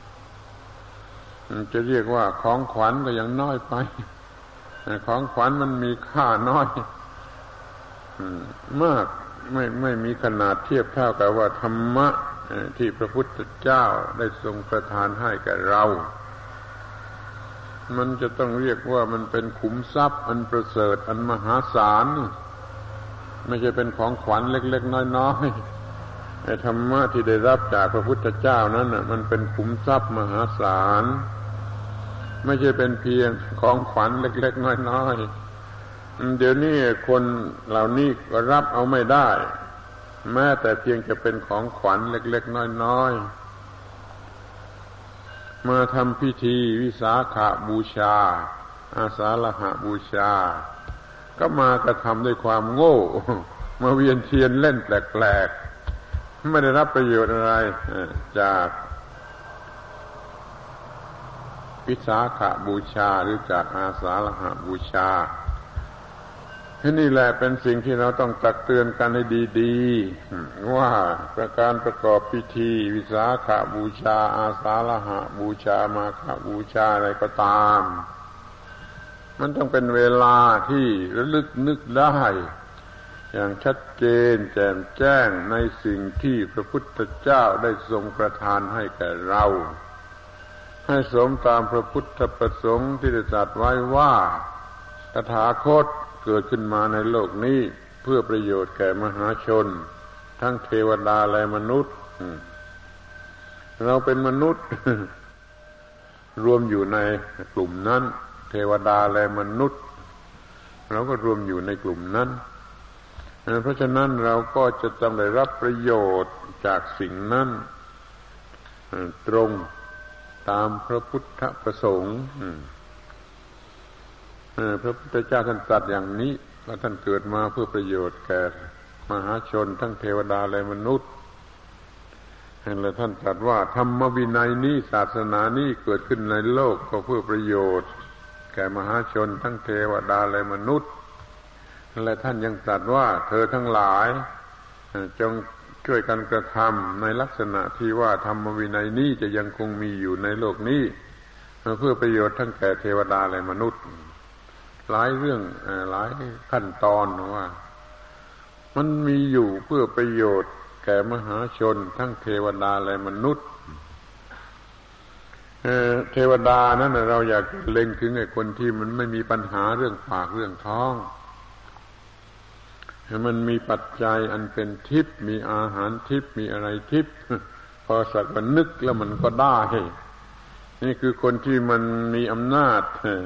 จะเรียกว่าของขวัญก็ยังน้อยไปของขวัญมันมีค่าน้อยมากไม่ไม่มีขนาดเทียบเท่ากับว่าธรรมะที่พระพุทธเจ้าได้ทรงประทานให้แก่เรามันจะต้องเรียกว่ามันเป็นขุมทรัพย์อันประเสริฐอันมหาศาลไม่ใช่เป็นของขวัญเล็กๆน้อยๆไอ้ธรรมะที่ได้รับจากพระพุทธเจ้านั้นน่ะมันเป็นขุมทรัพย์มหาศาลไม่ใช่เป็นเพียงของขวัญเล็กๆน้อยๆเดี๋ยวนี้คนเหล่านี้ก็รับเอาไม่ได้แม้แต่เพียงจะเป็นของขวัญเล็กๆน้อยๆมาทำพิธีวิสาขบูชาอาสาฬหบูชาก็มากระทำด้วยความโง่มาเวียนเทียนเล่นแปลกๆไม่ได้รับประโยชน์อะไรจากวิสาขบูชาหรือจากอาสาฬหบูชานี่แหละเป็นสิ่งที่เราต้องตักเตือนกันให้ดีๆว่าประการประกอบพิธีวิสาขบูชาอาสาฬหบูชามาฆบูชาอะไรก็ตามมันต้องเป็นเวลาที่ระลึกนึกได้อย่างชัดเจนแจ่มแจ้งในสิ่งที่พระพุทธเจ้าได้ทรงประทานให้แก่เราให้สมตามพระพุทธประสงค์ที่ได้ตรัสไว้ว่าตถาคตเกิดขึ้นมาในโลกนี้เพื่อประโยชน์แก่มหาชนทั้งเทวดาและมนุษย์เราเป็นมนุษย์รวมอยู่ในกลุ่มนั้นเทวดาและมนุษย์เราก็รวมอยู่ในกลุ่มนั้นเพราะฉะนั้นเราก็จะต้องได้รับประโยชน์จากสิ่งนั้นตรงตามพระพุทธประสงค์พระพุทธเจ้าท่านตรัสอย่างนี้ว่าท่านเกิดมาเพื่อประโยชน์แก่มหาชนทั้งเทวดาและมนุษย์และท่านตรัสว่าธรรมวินัยนี้ศาสนานี้เกิดขึ้นในโลกก็เพื่อประโยชน์แก่มหาชนทั้งเทวดาและมนุษย์และท่านยังตรัสว่าเธอทั้งหลายจงช่วยกันกระทำในลักษณะที่ว่าธรรมวินัยนี้จะยังคงมีอยู่ในโลกนี้เพื่อประโยชน์ทั้งแก่เทวดาและมนุษย์หลายเรื่องหลายขั้นตอนว่ามันมีอยู่เพื่อประโยชน์แก่มหาชนทั้งเทวดาและมนุษย์เทวดานั้นเราอยากเล็งถึงไอ้คนที่มันไม่มีปัญหาเรื่องปากเรื่องท้องมันมีปัจจัยอันเป็นทิพย์มีอาหารทิพย์มีอะไรทิพย์พอสักวันนึกแล้วมันก็ได้นี่คือคนที่มันมีอำนาจ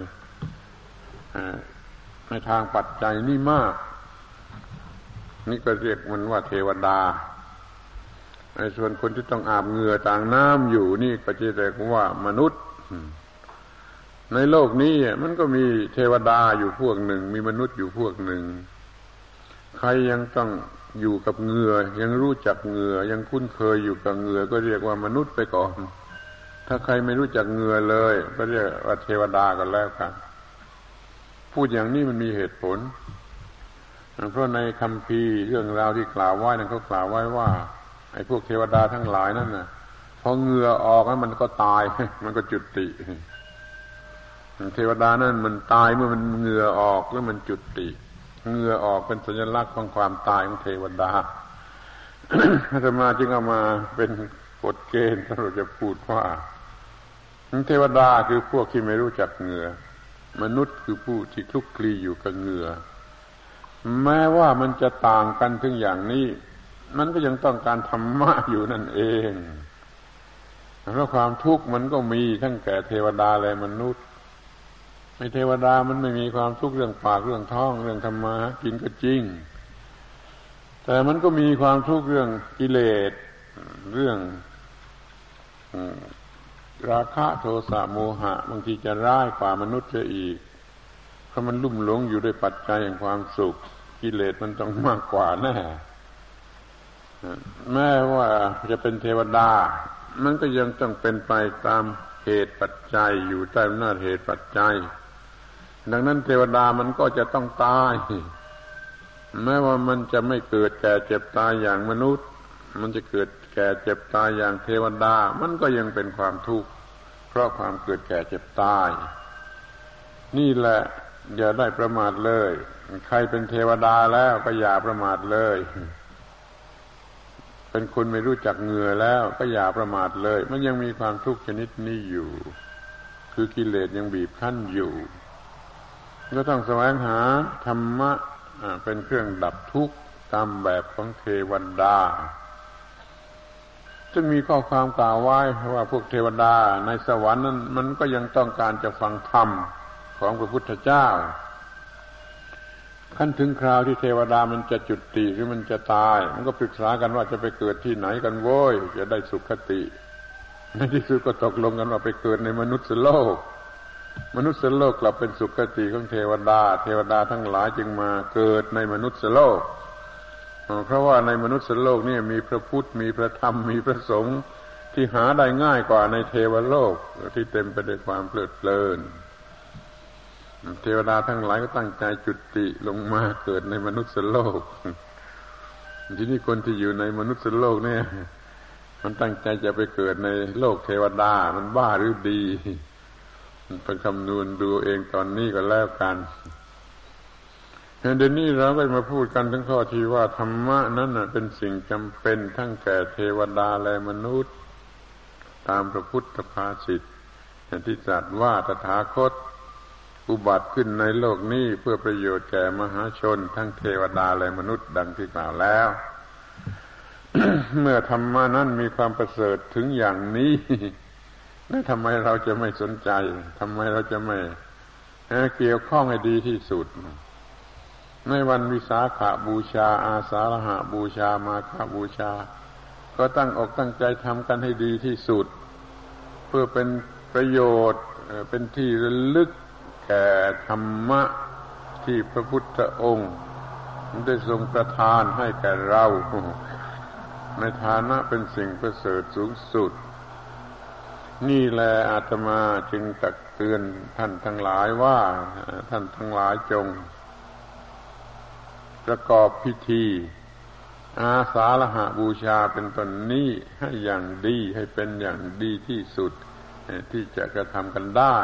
ในทางปัจจัยนี่มากนี่ก็เรียกมันว่าเทวดาในส่วนคนที่ต้องอาบเหงื่อต่างน้ำอยู่นี่ก็จะเรียกว่ามนุษย์ในโลกนี้มันก็มีเทวดาอยู่พวกหนึ่งมีมนุษย์อยู่พวกหนึ่งใครยังต้องอยู่กับเหงื่อยังรู้จักเหงื่อยังคุ้นเคยอยู่กับเหงื่อก็เรียกว่ามนุษย์ไปก่อนถ้าใครไม่รู้จักเหงื่อเลยก็เรียกว่าเทวดากันแล้วกันพูดอย่างนี้มันมีเหตุผลเพราะในคัมภีร์เรื่องราวที่กล่าวไว้นั้นเขากล่าวไว้ว่าไอ้พวกเทวดาทั้งหลายนั่นน่ะพอเหงื่อออกแล้วมันก็ตายมันก็จุติเทวดานั่นมันตายเมื่อมันเหงื่อออกแล้วมันจุติเหงื่อออกเป็นสัญลักษณ์ของความตายของเทวดา อาตมาจึงเอามาเป็นกฎเกณฑ์ที่เราจะพูดว่าเทวดาคือพวกที่ไม่รู้จักเหงื่อมนุษย์คือผู้ที่คลุกคลีอยู่กับเหงื่อแม้ว่ามันจะต่างกันถึงอย่างนี้มันก็ยังต้องการธรรมะอยู่นั่นเองเพราะความทุกข์มันก็มีทั้งแก่เทวดาและมนุษย์ในเทวดามันไม่มีความทุกข์เรื่องปากเรื่องท้องเรื่องธรรมะกินก็จริงแต่มันก็มีความทุกข์เรื่องกิเลสเรื่องราคะโทสะโมหะบางทีจะร้ายกว่ามนุษย์เสียอีกเพราะมันลุ่มหลงอยู่ด้วยปัจจัยแห่งความสุขกิเลสมันต้องมากกว่าแน่แม้ว่าจะเป็นเทวดามันก็ยังต้องเป็นไปตามเหตุปัจจัยอยู่ใต้อำนาจเหตุปัจจัยดังนั้นเทวดามันก็จะต้องตายแม้ว่ามันจะไม่เกิดแก่เจ็บตายอย่างมนุษย์มันจะเกิดแก่เจ็บตายอย่างเทวดามันก็ยังเป็นความทุกข์เพราะความเกิดแก่เจ็บตายนี่แหละอย่าได้ประมาทเลยใครเป็นเทวดาแล้วก็อย่าประมาทเลยเป็นคนไม่รู้จักเหงื่อแล้วก็อย่าประมาทเลยมันยังมีความทุกข์ชนิดนี้อยู่คือกิเลสยังบีบคั้นอยู่ก็ต้องแสวงหาธรรมะเป็นเครื่องดับทุกข์ตามแบบของเทวดาซึ่งมีข้อความกล่าวไว้ว่าพวกเทวดาในสวรรค์นั้นมันก็ยังต้องการจะฟังธรรมของพระพุทธเจ้าขั้นถึงคราวที่เทวดามันจะจุติหรือมันจะตายมันก็ปรึกษากันว่าจะไปเกิดที่ไหนกันโว้ยจะได้สุขคติในที่สุดก็ตกลงกันว่าไปเกิดในมนุษย์โลกมนุษย์โลกกลับเป็นสุขคติของเทวดาเทวดาทั้งหลายจึงมาเกิดในมนุษย์โลกเพราะว่าในมนุษย์โลกนี่มีพระพุทธมีพระธรรมมีพระสงฆ์ที่หาได้ง่ายกว่าในเทวโลกที่เต็มไปด้วยความเพลิดเพลินเทวดาทั้งหลายก็ตั้งใจจุติลงมาเกิดในมนุษย์โลกทีนี้คนที่อยู่ในมนุษย์โลกเนี่ยมันตั้งใจจะไปเกิดในโลกเทวดามันบ้าหรือดีไปคำนวณดูเองตอนนี้ก็แล้วกันเดี๋ยวนี้เราก็มาพูดกันถึงข้อที่ว่าธรรมะนั้นเป็นสิ่งจำเป็นทั้งแก่เทวดาและมนุษย์ตามพระพุทธภาษิตที่ตรัสว่าตถาคตอุบัติขึ้นในโลกนี้เพื่อประโยชน์แก่มหาชนทั้งเทวดาและมนุษย์ดังที่กล่าวแล้ว เมื่อธรรมะนั้นมีความประเสริฐถึงอย่างนี้แล้วทำไมเราจะไม่สนใจทำไมเราจะไม่เกี่ยวข้องให้ดีที่สุดในวันวิสาขบูชาอาสาฬหบูชามาฆบูชาก็ตั้งอกตั้งใจทำกันให้ดีที่สุดเพื่อเป็นประโยชน์เป็นที่ระลึกแก่ธรรมะที่พระพุทธองค์ได้ทรงประทานให้แก่เราในฐานะเป็นสิ่งประเสริฐสูงสุดนี่แหละอาตมาจึงตักเตือนท่านทั้งหลายว่าท่านทั้งหลายจงประกอบพิธีอาสาฬหบูชาเป็นต้นนี้ให้อย่างดีให้เป็นอย่างดีที่สุดที่จะกระทำกันได้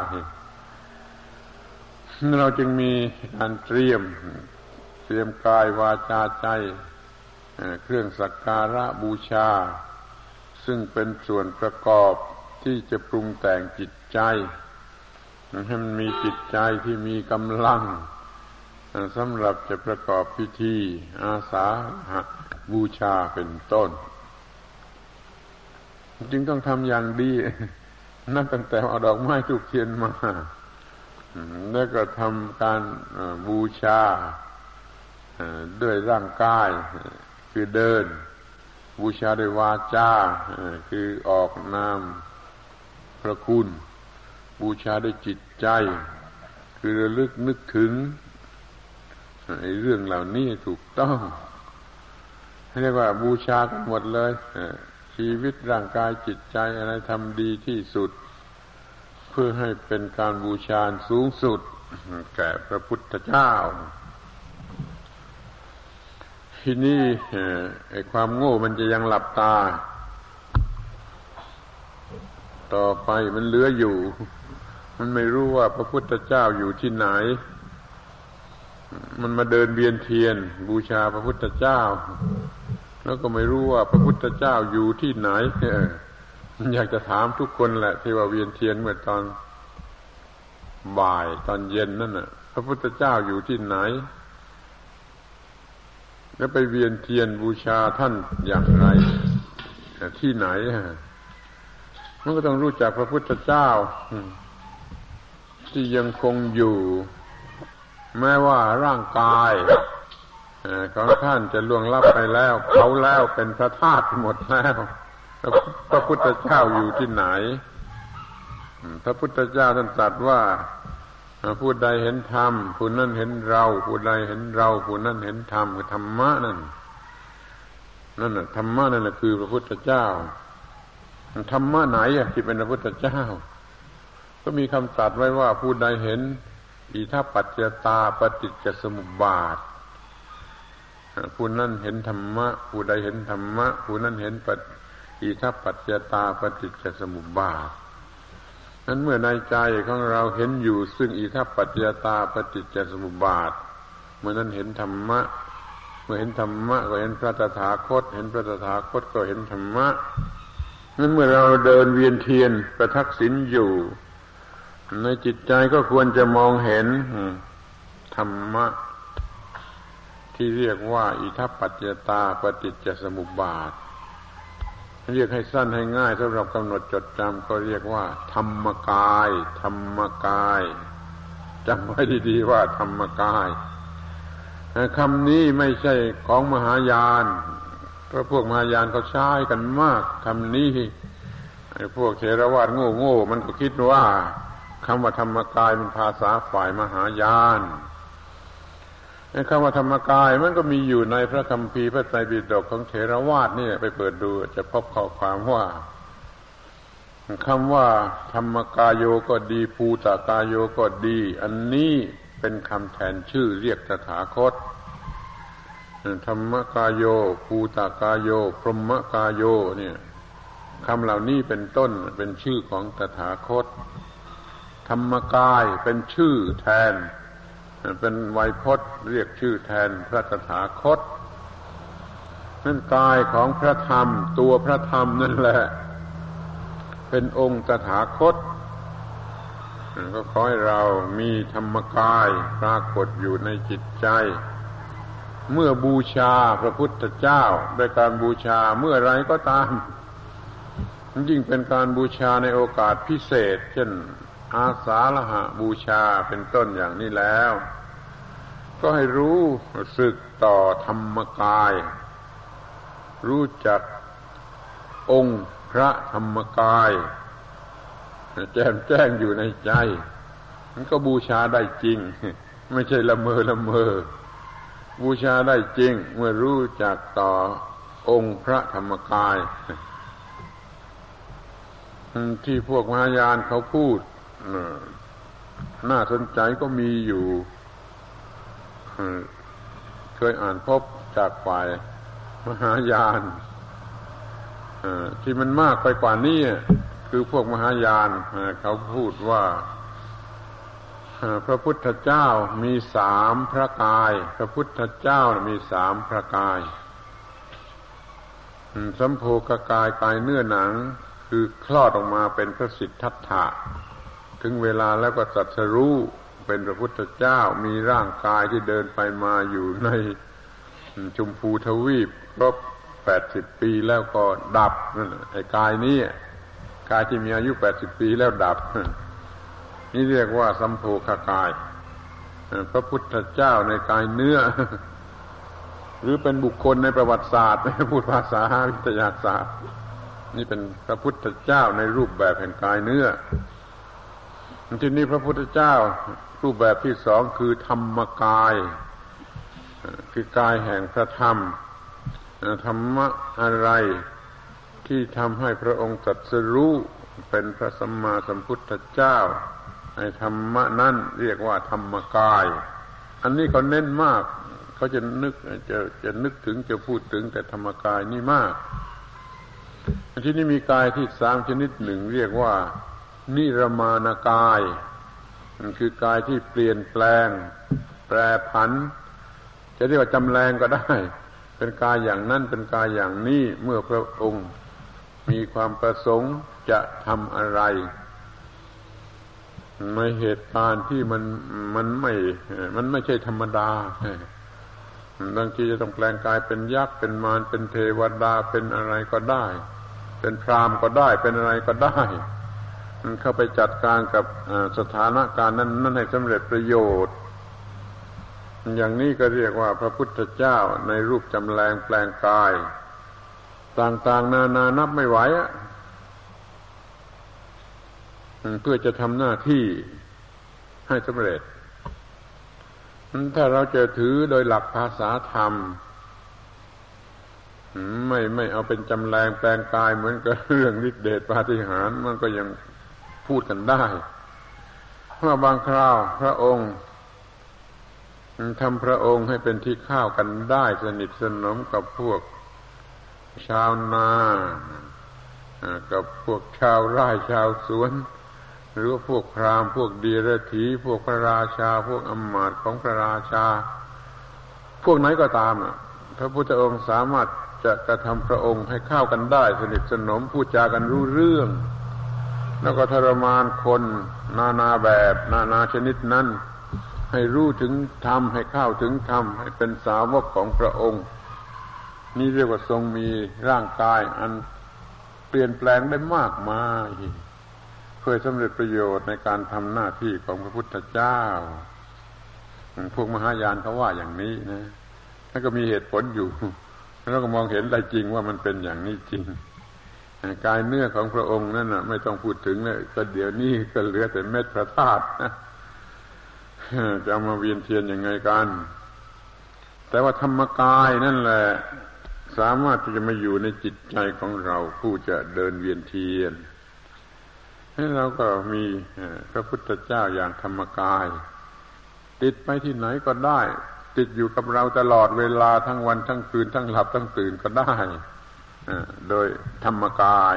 เราจึงมีการเตรียมเตรียมกายวาจาใจเครื่องสักการะบูชาซึ่งเป็นส่วนประกอบที่จะปรุงแต่งจิตใจให้มันมีจิตใจที่มีกำลังสำหรับจะประกอบพิธีอาสาฬหบูชาเป็นต้นจึงต้องทำอย่างดีนับตั้งแต่เอาดอกไม้ธูปเทียนมาแล้วก็ทำการบูชาด้วยร่างกายคือเดินบูชาด้วยวาจาคือออกนามพระคุณบูชาด้วยจิตใจคือระลึกนึกถึงไอ้เรื่องเหล่านี้ถูกต้องเรียกว่าบูชากันหมดเลยชีวิตร่างกายจิตใจอะไรทำดีที่สุดเพื่อให้เป็นการบูชาสูงสุดแก่พระพุทธเจ้าที่นี่ไอ้ความโง่มันจะยังหลับตาต่อไปมันเหลืออยู่มันไม่รู้ว่าพระพุทธเจ้าอยู่ที่ไหนมันมาเดินเวียนเทียนบูชาพระพุทธเจ้าแล้วก็ไม่รู้ว่าพระพุทธเจ้าอยู่ที่ไหนอยากจะถามทุกคนแหละที่ว่าเวียนเทียนเมื่อตอนบ่ายตอนเย็นนั่นน่ะพระพุทธเจ้าอยู่ที่ไหนแล้วไปเวียนเทียนบูชาท่านอย่างไรที่ไหนมันก็ต้องรู้จักพระพุทธเจ้าที่ยังคงอยู่แม้ว่าร่างกายของท่านจะล่วงลับไปแล้วเขาแล้วเป็นพระธาตุหมดแล้วพระพุทธเจ้าอยู่ที่ไหนพระพุทธเจ้าท่านตรัสว่าผู้ใดเห็นธรรมผู้นั้นเห็นเราผู้ใดเห็นเราผู้นั้นเห็นธรรมคือธรรมะนั่นนั่นน่ะธรรมะนั่นแหละคือพระพุทธเจ้าธรรมะไหนอ่ะที่เป็นพระพุทธเจ้าก็มีคำตรัสไว้ว่าผู้ใดเห็นอิทัปปัจจตาปฏิจจสมุปบาทผู้นั้นเห็นธรรมะผู้ใดเห็นธรรมะผู้นั้นเห็นอิทัปปัจจตาปฏิจจสมุปบาทนั้นเมื่อในใจของเราเห็นอยู่ซึ่งอิทัปปัจจยตาปฏิจจสมุปบาทเมื่อนั้นเห็นธรรมะเมื่อเห็นธรรมะก็เห็นพระตถาคตเห็นพระตถาคตก็เห็นธรรมะนั้นเมื่อเราเดินเวียนเทียนประทักษิณอยู่ในจิตใจก็ควรจะมองเห็นธรรมะที่เรียกว่าอิทัปปัจจยตาปฏิจจสมุปบาทเรียกให้สั้นให้ง่ายสำหรับกำหนดจดจำก็เรียกว่าธรรมกายธรรมกายจำไว้ดีๆว่าธรรมกายคำนี้ไม่ใช่ของมหายานเพราะพวกมหายานเขาใช้กันมากคำนี้ไอ้พวกเถรวาทโง่ๆมันก็คิดว่าคำว่าธรรมกายเป็นภาษาฝ่ายมหายานไอ้คำว่าธรรมกายมันก็มีอยู่ในพระคัมภีร์พระไตรปิฎกของเถรวาทนี่ไปเปิดดูจะพบข้อความว่าคำว่าธรรมกายโยก็ดีภูตกายโยก็ดีอันนี้เป็นคำแทนชื่อเรียกตถาคตธรรมกายโยภูตกายโยพรหมกายโยเนี่ยคำเหล่านี้เป็นต้นเป็นชื่อของตถาคตธรรมกายเป็นชื่อแทนเป็นไวยพจน์เรียกชื่อแทนพระตถาคตนั่นกายของพระธรรมตัวพระธรรมนั่นแหละเป็นองค์ตถาคตก็ขอให้เรามีธรรมกายปรากฏอยู่ในจิตใจเมื่อบูชาพระพุทธเจ้าด้วยการบูชาเมื่อไรก็ตามยิ่งเป็นการบูชาในโอกาสพิเศษเช่นอาสาฬหบูชาเป็นต้นอย่างนี้แล้วก็ให้รู้สึกต่อธรรมกายรู้จักองค์พระธรรมกายแจ่มแจ้งอยู่ในใจมันก็บูชาได้จริงไม่ใช่ละเมอละเมอบูชาได้จริงเมื่อรู้จักต่อองค์พระธรรมกายที่พวกมหายานเขาพูดน่าสนใจก็มีอยู่เคยอ่านพบจากฝ่ายมหายานที่มันมากไปกว่านี้คือพวกมหายานเขาพูดว่าพระพุทธเจ้ามีสามพระกายพระพุทธเจ้ามีสามพระกายสัมโภคกายกายเนื้อหนังคือคลอดออกมาเป็นพระสิทธัตถะถึงเวลาแล้วก็ตรัสรู้เป็นพระพุทธเจ้ามีร่างกายที่เดินไปมาอยู่ในชมพูทวีปครบแปดสิบปีแล้วก็ดับนั่นไอ้กายนี้กายที่มีอายุแปดสิบปีแล้วดับนี่เรียกว่าสัมโภคกายพระพุทธเจ้าในกายเนื้อหรือเป็นบุคคลในประวัติศาสตร์พูดภาษาวิทยาศาสตร์นี่เป็นพระพุทธเจ้าในรูปแบบแห่งกายเนื้อทีนี้พระพุทธเจ้ารูปแบบที่สองคือธรรมกายคือกายแห่งพระธรรมธรรมะอะไรที่ทำให้พระองค์ตรัสรู้เป็นพระสัมมาสัมพุทธเจ้าในธรรมะนั้นเรียกว่าธรรมกายอันนี้เขาเน้นมากเขาจะนึกจะจะนึกถึงจะพูดถึงแต่ธรรมกายนี่มากที่นี่มีกายที่สามชนิดหนึ่งเรียกว่านิรมานกายมันคือกายที่เปลี่ยนแปลงแปรผันจะเรียกว่าจำแรงก็ได้เป็นกายอย่างนั้นเป็นกายอย่างนี้เมื่อพระองค์มีความประสงค์จะทำอะไรในเหตุการณ์ที่มันมันไม่มันไม่ใช่ธรรมดาบางทีจะต้องแปลงกายเป็นยักษ์เป็นมารเป็นเทวดาเป็นอะไรก็ได้เป็นพราหมณ์ก็ได้เป็นอะไรก็ได้มันเข้าไปจัดการกับสถานการณ์นั้นนั้นให้สำเร็จประโยชน์อย่างนี้ก็เรียกว่าพระพุทธเจ้าในรูปจำแรงแปลงกายต่างๆนานานับไม่ไหวอ่ะเพื่อจะทำหน้าที่ให้สำเร็จถ้าเราจะถือโดยหลักภาษาธรรมไม่ไม่เอาเป็นจำแรงแปลงกายเหมือนกับเรื่องฤทธิเดชปาฏิหาริย์มันก็ยังพูดกันได้เพราะบางคราวพระองค์ทำพระองค์ให้เป็นที่ข้าวกันได้สนิทสนมกับพวกชาวนากับพวกชาวไร่ชาวสวนหรือว่าพวกพราหมณ์พวกเดียรถีพวกพระราชาพวกอำมาตย์ของพระราชาพวกไหนก็ตามน่ะพระพุทธองค์สามารถจะกระทำพระองค์ให้เข้ากันได้สนิทสนมพูดจากันรู้เรื่องแล้วก็ทรมานคนนานาแบบนานาชนิดนั้นให้รู้ถึงธรรมให้เข้าถึงธรรมให้เป็นสาวกของพระองค์นี่เรียกว่าทรงมีร่างกายอันเปลี่ยนแปลงได้มากมายเคยสำเร็จประโยชน์ในการทำหน้าที่ของพระพุทธเจ้าพวกมหายานเขาว่าอย่างนี้นะแล้วก็มีเหตุผลอยู่แล้วก็มองเห็นได้จริงว่ามันเป็นอย่างนี้จริงกายเนื้อของพระองค์นั่นน่ะไม่ต้องพูดถึงเลยก็เดี๋ยวนี้ก็เหลือแต่เม็ดพระธาตุนะจะเอามาเวียนเทียนยังไงกันแต่ว่าธรรมกายนั่นแหละสามารถที่จะมาอยู่ในจิตใจของเราผู้จะเดินเวียนเทียนให้เราก็มีพระพุทธเจ้าอย่างธรรมกายติดไปที่ไหนก็ได้ติดอยู่กับเราตลอดเวลาทั้งวันทั้งคืนทั้งหลับทั้งตื่นก็ได้โดยธรรมกาย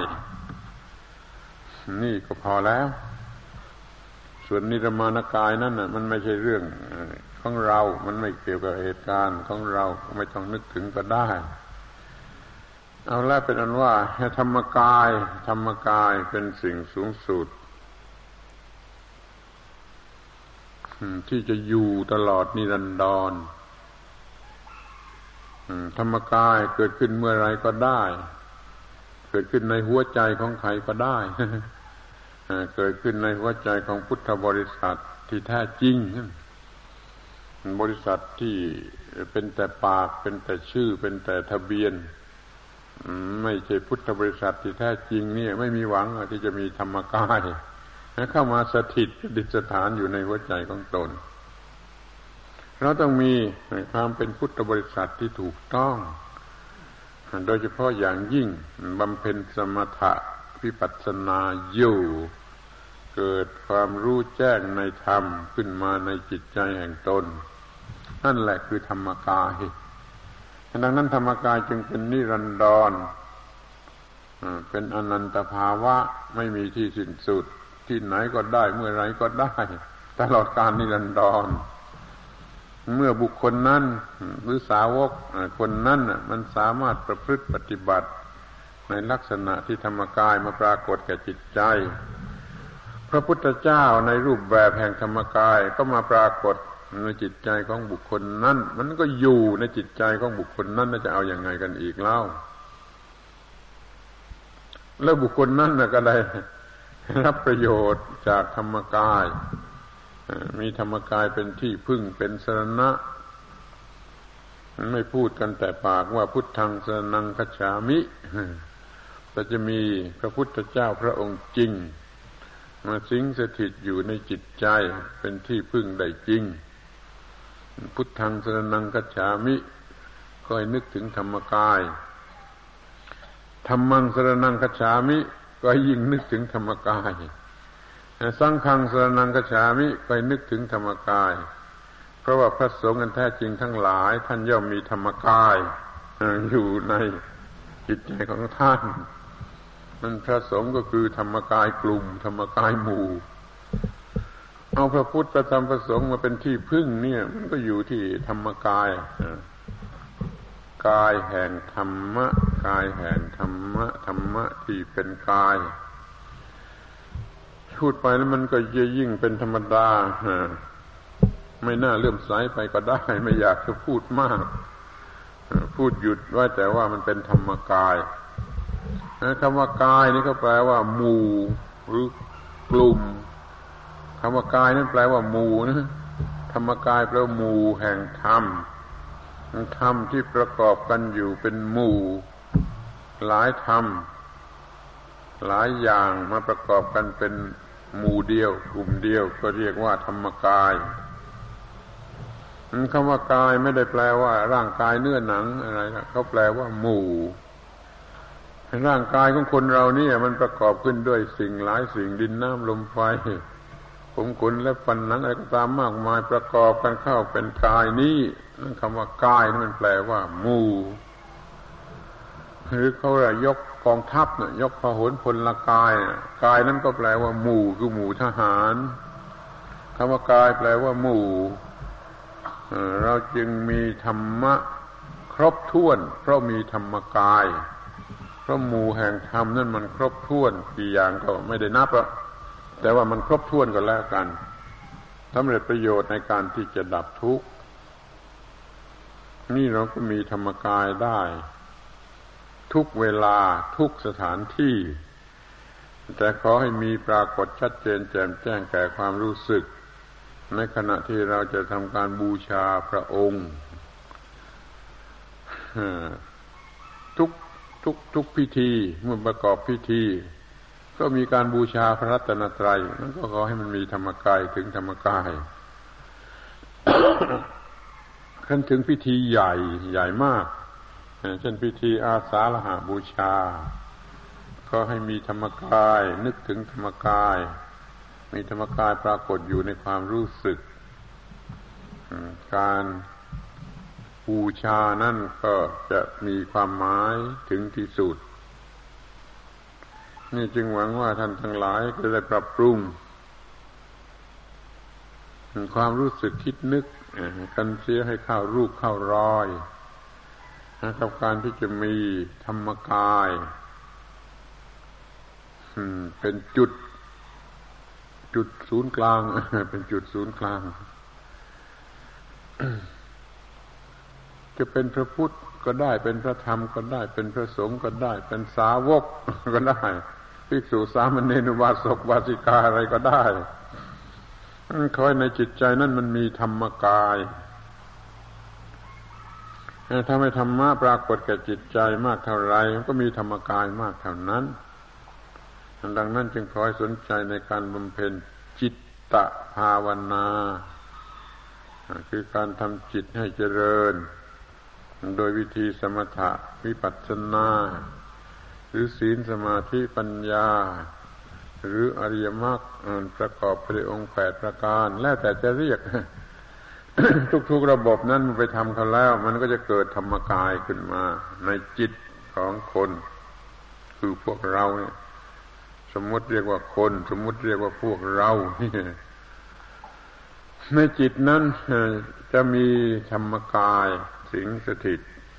นี่ก็พอแล้วส่วนนิรมานกายนั่นน่ะมันไม่ใช่เรื่องของเรามันไม่เกี่ยวกับเหตุการณ์ของเราไม่ต้องนึกถึงก็ได้เอาละเป็นอันว่าธรรมกายธรรมกายเป็นสิ่งสูงสุดที่จะอยู่ตลอดนิรันดรธรรมกายเกิดขึ้นเมื่อไรก็ได้เกิดขึ้นในหัวใจของใครก็ได้เกิดขึ้นในหัวใจของพุทธบริษัทที่แท้จริงบริษัทที่เป็นแต่ปากเป็นแต่ชื่อเป็นแต่ทะเบียนไม่ใช่พุทธบริษัทที่แท้จริงเนี่ยไม่มีหวังที่จะมีธรรมกายเข้ามาสถิตดิษฐานอยู่ในหัวใจของตนเราต้องมีความเป็นพุทธบริษัทที่ถูกต้องโดยเฉพาะอย่างยิ่งบำเพ็ญสมถะวิปัสสนาอยู่เกิดความรู้แจ้งในธรรมขึ้นมาในจิตใจแห่งตนนั่นแหละคือธรรมกายดังนั้นธรรมกายจึงเป็นนิรันดรเป็นอนันตภาวะไม่มีที่สิ้นสุดที่ไหนก็ได้เมื่อไรก็ได้ตลอดกาลนิรันดรเมื่อบุคคลนั้นหรือสาวกคนนั้นมันสามารถประพฤติปฏิบัติในลักษณะที่ธรรมกายมาปรากฏแก่จิตใจพระพุทธเจ้าในรูปแบบแห่งธรรมกายก็มาปรากฏในจิตใจของบุคคลนั้นมันก็อยู่ในจิตใจของบุคคลนั้นจะเอาอย่างไงกันอีกเล่าแล้วบุคคลนั้นก็ได้รับประโยชน์จากธรรมกายมีธรรมกายเป็นที่พึ่งเป็นสรณะไม่พูดกันแต่ปากว่าพุทธังสรณังคัจฉามิแต่จะมีพระพุทธเจ้าพระองค์จริงมาสิงสถิตอยู่ในจิตใจเป็นที่พึ่งได้จริงพุทธังสรณังคัจฉามิก็ให้นึกถึงธรรมกายธัมมังสรณังคัจฉามิก็ยิ่งนึกถึงธรรมกายสังฆังสรณังคัจฉามิก็นึกถึงธรรมกายเพราะว่าพระสงฆ์กันแท้จริงทั้งหลายท่านย่อมมีธรรมกายอยู่ในจิตใจของท่านมันพระสงฆ์ก็คือธรรมกายกลุ่มธรรมกายหมู่เอาพระพุทธพระธรรมพระสงฆ์มาเป็นที่พึ่งเนี่ยมันก็อยู่ที่ธรรมกายกายแห่งธรรมะกายแห่งธรรมะธรรมะที่เป็นกายพูดไปแล้วมันก็จะยิ่งเป็นธรรมดาไม่น่าเลื่อมใสไปก็ได้ไม่อยากจะพูดมากพูดหยุดไว้แต่ว่ามันเป็นธรรมกายคำว่ากายนี่ก็แปลว่าหมู่หรือกลุ่มคำว่ากายนั่นแปลว่าหมู่นะธรรมกายแปลว่าหมู่แห่งธรรมธรรมที่ประกอบกันอยู่เป็นหมู่หลายธรรมหลายอย่างมาประกอบกันเป็นหมู่เดียวกลุ่มเดียวก็เรียกว่าธรรมกายคำว่ากายไม่ได้แปลว่าร่างกายเนื้อหนังอะไรนะเขาแปลว่าหมู่ร่างกายของคนเราเนี่ยมันประกอบขึ้นด้วยสิ่งหลายสิ่งดินน้ำลมไฟผมขนและฟันหนังอะไรก็ตามมากมายประกอบกันเข้าเป็นกายนี้นั่นคำว่ากายนั่นมันแปลว่าหมู่หรือเขาเรียกยกกองทัพเนี่ยยกพหลพลกายกายนั้นก็แปลว่าหมู่คือหมู่ทหารคำว่ากายแปลว่าหมู่เราจึงมีธรรมะครบถ้วนเพราะมีธรรมกายเพราะหมู่แห่งธรรมนั่นมันครบถ้วนกี่อย่างก็ไม่ได้นับแล้วแต่ว่ามันครบถ้วนกันแล้วกันสำเร็จประโยชน์ในการที่จะดับทุกข์นี่เราก็มีธรรมกายได้ทุกเวลาทุกสถานที่แต่ขอให้มีปรากฏชัดเจนแจ่มแจ้งแก่ความรู้สึกในขณะที่เราจะทำการบูชาพระองค์ทุกทุกทุกพิธีเมื่อประกอบพิธีก็มีการบูชาพระรัตนตรัยนั่นก็ขอให้มันมีธรรมกายถึงธรรมกาย ขั้นถึงพิธีใหญ่ใหญ่มากเช่นพิธีอาสาฬหบูชาก็ให้มีธรรมกายนึกถึงธรรมกายมีธรรมกายปรากฏอยู่ในความรู้สึกการบูชานั่นก็จะมีความหมายถึงที่สุดนี่จึงหวังว่าท่านทั้งหลายจะได้ปรับปรุงความรู้สึกคิดนึกกันเสียให้เข้ารูปเข้ารอยกับการที่จะมีธรรมกายเป็นจุดจุดศูนย์กลางเป็นจุดศูนย์กลางจะเป็นพระพุทธก็ได้เป็นพระธรรมก็ได้เป็นพระสงฆ์ก็ได้เป็นสาวกก็ได้ภิกษุสามเณรอุบาสกอุบาสิกาอะไรก็ได้ขอให้ในจิตใจนั้นมันมีธรรมกายถ้าไม่ธรรมะปรากฏแก่จิตใจมากเท่าไรมันก็มีธรรมกายมากเท่านั้นดังนั้นจึงขอให้สนใจในการบำเพ็ญจิตตภาวนาคือการทำจิตให้เจริญโดยวิธีสมถะวิปัสสนาหรือศีลสมาธิปัญญาหรืออริยมรรคประกอบไปด้วยองค์แปดประการแล้วแต่จะเรียก ทุกๆระบบนั้นมันไปทำเขาแล้วมันก็จะเกิดธรรมกายขึ้นมาในจิตของคนคือพวกเราเนี่ยสมมติเรียกว่าคนสมมติเรียกว่าพวกเราในจิตนั้นจะมีธรรมกายสิงสถิต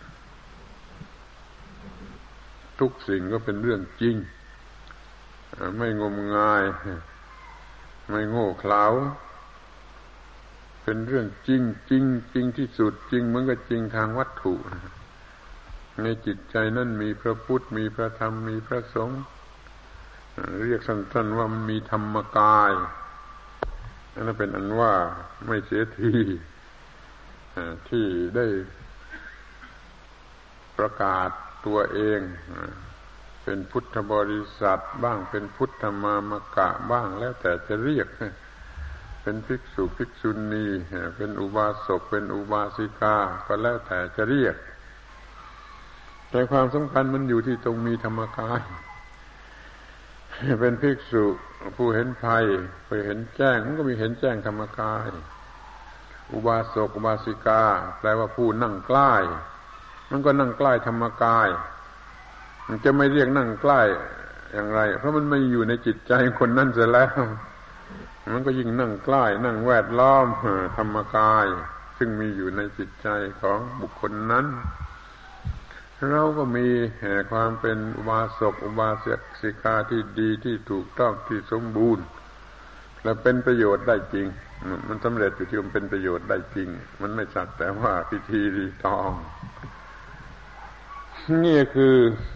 ทุกสิ่งก็เป็นเรื่องจริงไม่งมงายไม่โง่เขลาเป็นเรื่องจริงจริงจริงที่สุดจริงเหมือนกับจริงทางวัตถุในจิตใจนั้นมีพระพุทธมีพระธรรมมีพระสงฆ์เรียกสั้นๆว่ามันมีธรรมกายนั่นเป็นอันว่าไม่เสียทีที่ได้ประกาศตัวเองเป็นพุทธบริษัทบ้างเป็นพุทธมามกะบ้างแล้วแต่จะเรียกเป็นภิกษุภิกษุณีเป็นอุบาสกเป็นอุบาสิกาก็แล้วแต่จะเรียกแต่ความสำคัญมันอยู่ที่ตรงมีธรรมกายเป็นภิกษุผู้เห็นภัยผู้เห็นแจ้งมันก็มีเห็นแจ้งธรรมกายอุบาสกอุบาสิกาแปลว่าผู้นั่งใกล้มันก็นั่งใกล้ธรรมกายมันจะไม่เรียกนั่งใกล้อย่างไรเพราะมันไม่อยู่ในจิตใจคนนั้นเสียแล้วมันก็ยิ่งนั่งใกล้นั่งแวดล้อมธรรมกายซึ่งมีอยู่ในจิตใจของบุคคลนั้นเราก็มีความเป็นอุบาสกอุบาสิกาที่ดีที่ถูกต้องที่สมบูรณ์และเป็นประโยชน์ได้จริงมันสำเร็จอยู่ที่มันเป็นประโยชน์ได้จริงมันไม่สักแต่ว่าพิธีรีตองนี่คือ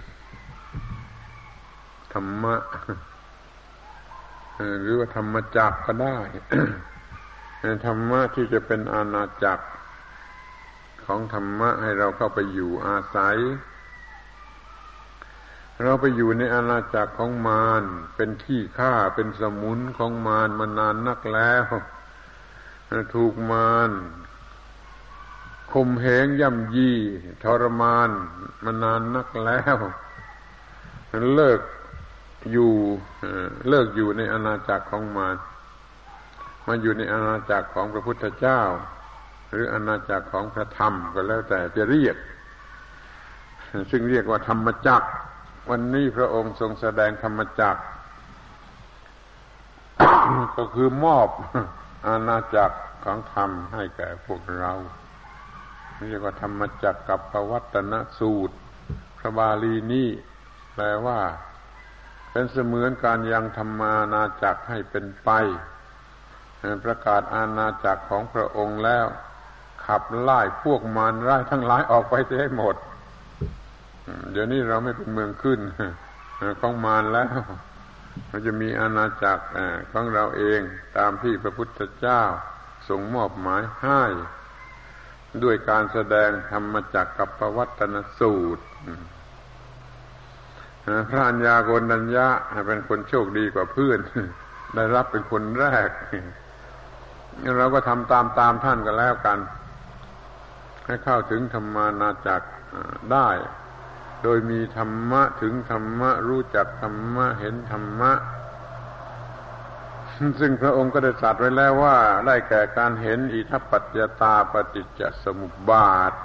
ธรรมะหรือว่าธรรมจักรก็ได้ ธรรมะที่จะเป็นอาณาจักรของธรรมะให้เราเข้าไปอยู่อาศัยเราไปอยู่ในอาณาจักรของมารเป็นขี้ข้าเป็นสมุนของมารมานานนักแล้วถูกมารข่มเหงย่ำยีทรมานมานานนักแล้วเลิกอยู่เลิกอยู่ในอาณาจักรของมารมาอยู่ในอาณาจักรของพระพุทธเจ้าหรืออาณาจักรของพระธรรมก็แล้วแต่จะเรียกซึ่งเรียกว่าธรรมจักรวันนี้พระองค์ทรงแสดงธรรมจักร ก็คือมอบอาณาจักรของธรรมให้แก่พวกเราเรียกว่าธรรมจักรกัปปวัตตนสูตรพระบาลีนี้แปลว่าเป็นเสมือนการยังธรรมานาจักรให้เป็นไปประกาศอาณาจักรของพระองค์แล้วขับไล่พวกมารร้ายทั้งหลายออกไปให้หมดเดี๋ยวนี้เราไม่เป็นเมืองขึ้นของมารแล้วเราจะมีอาณาจักรของเราเองตามที่พระพุทธเจ้าทรงมอบหมายให้ด้วยการแสดงธรรมจักรกัปปวัตตนสูตรพระัญญาโกณฑัญญะเป็นคนโชคดีกว่าเพื่อนได้รับเป็นคนแรกเราก็ทำตามตามท่านกันแล้วกันให้เข้าถึงธรรมานาจักรได้โดยมีธรรมะถึงธรรมะรู้จักธรรมะเห็นธรรมะซึ่งพระองค์ก็ได้ตรัสไว้แล้วว่าได้แก่การเห็นอิทัปปัจจตาปฏิจจสมุปบาท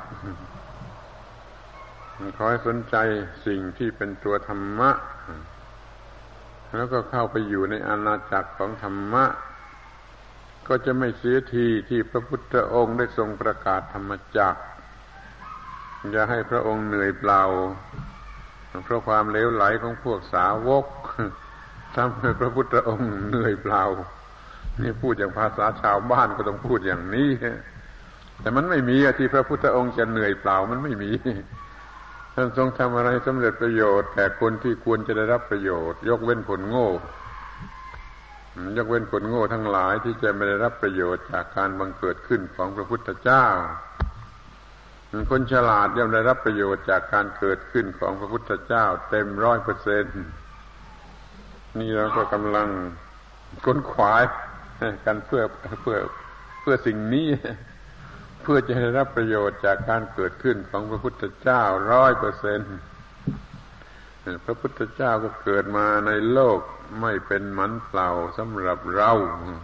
ขอให้สนใจสิ่งที่เป็นตัวธรรมะแล้วก็เข้าไปอยู่ในอาณาจักรของธรรมะก็จะไม่เสียทีที่พระพุทธองค์ได้ทรงประกาศธรรมจักรอย่าให้พระองค์เหนื่อยเปล่าเพราะความเลวไหลของพวกสาวกทำให้พระพุทธองค์เหนื่อยเปล่านี่พูดอย่างภาษาชาวบ้านก็ต้องพูดอย่างนี้แต่มันไม่มีที่พระพุทธองค์จะเหนื่อยเปล่ามันไม่มีท่านทรงทำอะไรสำเร็จประโยชน์แก่คนที่ควรจะได้รับประโยชน์ยกเว้นคนโง่ยกเว้นคนโง่ทั้งหลายที่จะไม่ได้รับประโยชน์จากการบังเกิดขึ้นของพระพุทธเจ้าคนฉลาดย่อมได้รับประโยชน์จากการเกิดขึ้นของพระพุทธเจ้าเต็มร้อยเปอร์เซ็นต์นี่เราก็กำลังค้นขวายกันเพื่อเพื่อเพื่อสิ่งนี้เพื่อจะได้รับประโยชน์จากการเกิดขึ้นของพระพุทธเจ้าร้อยเปอร์เซ็นต์พระพุทธเจ้าก็เกิดมาในโลกไม่เป็นหมันเปล่าสำหรับเรา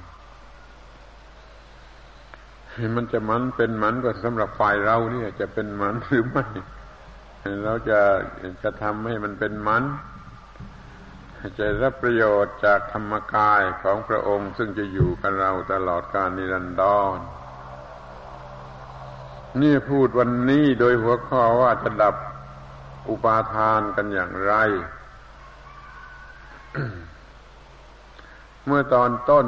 มันจะหมันเป็นหมันก็สำหรับฝ่ายเราเนี่ยจะเป็นหมันหรือไม่เราจะจะทำให้มันเป็นหมันจะรับประโยชน์จากธรรมกายของพระองค์ซึ่งจะอยู่กับเราตลอดกาลนิรันดรนี่พูดวันนี้โดยหัวข้อว่าจะดับอุปาทานกันอย่างไร เมื่อตอนต้น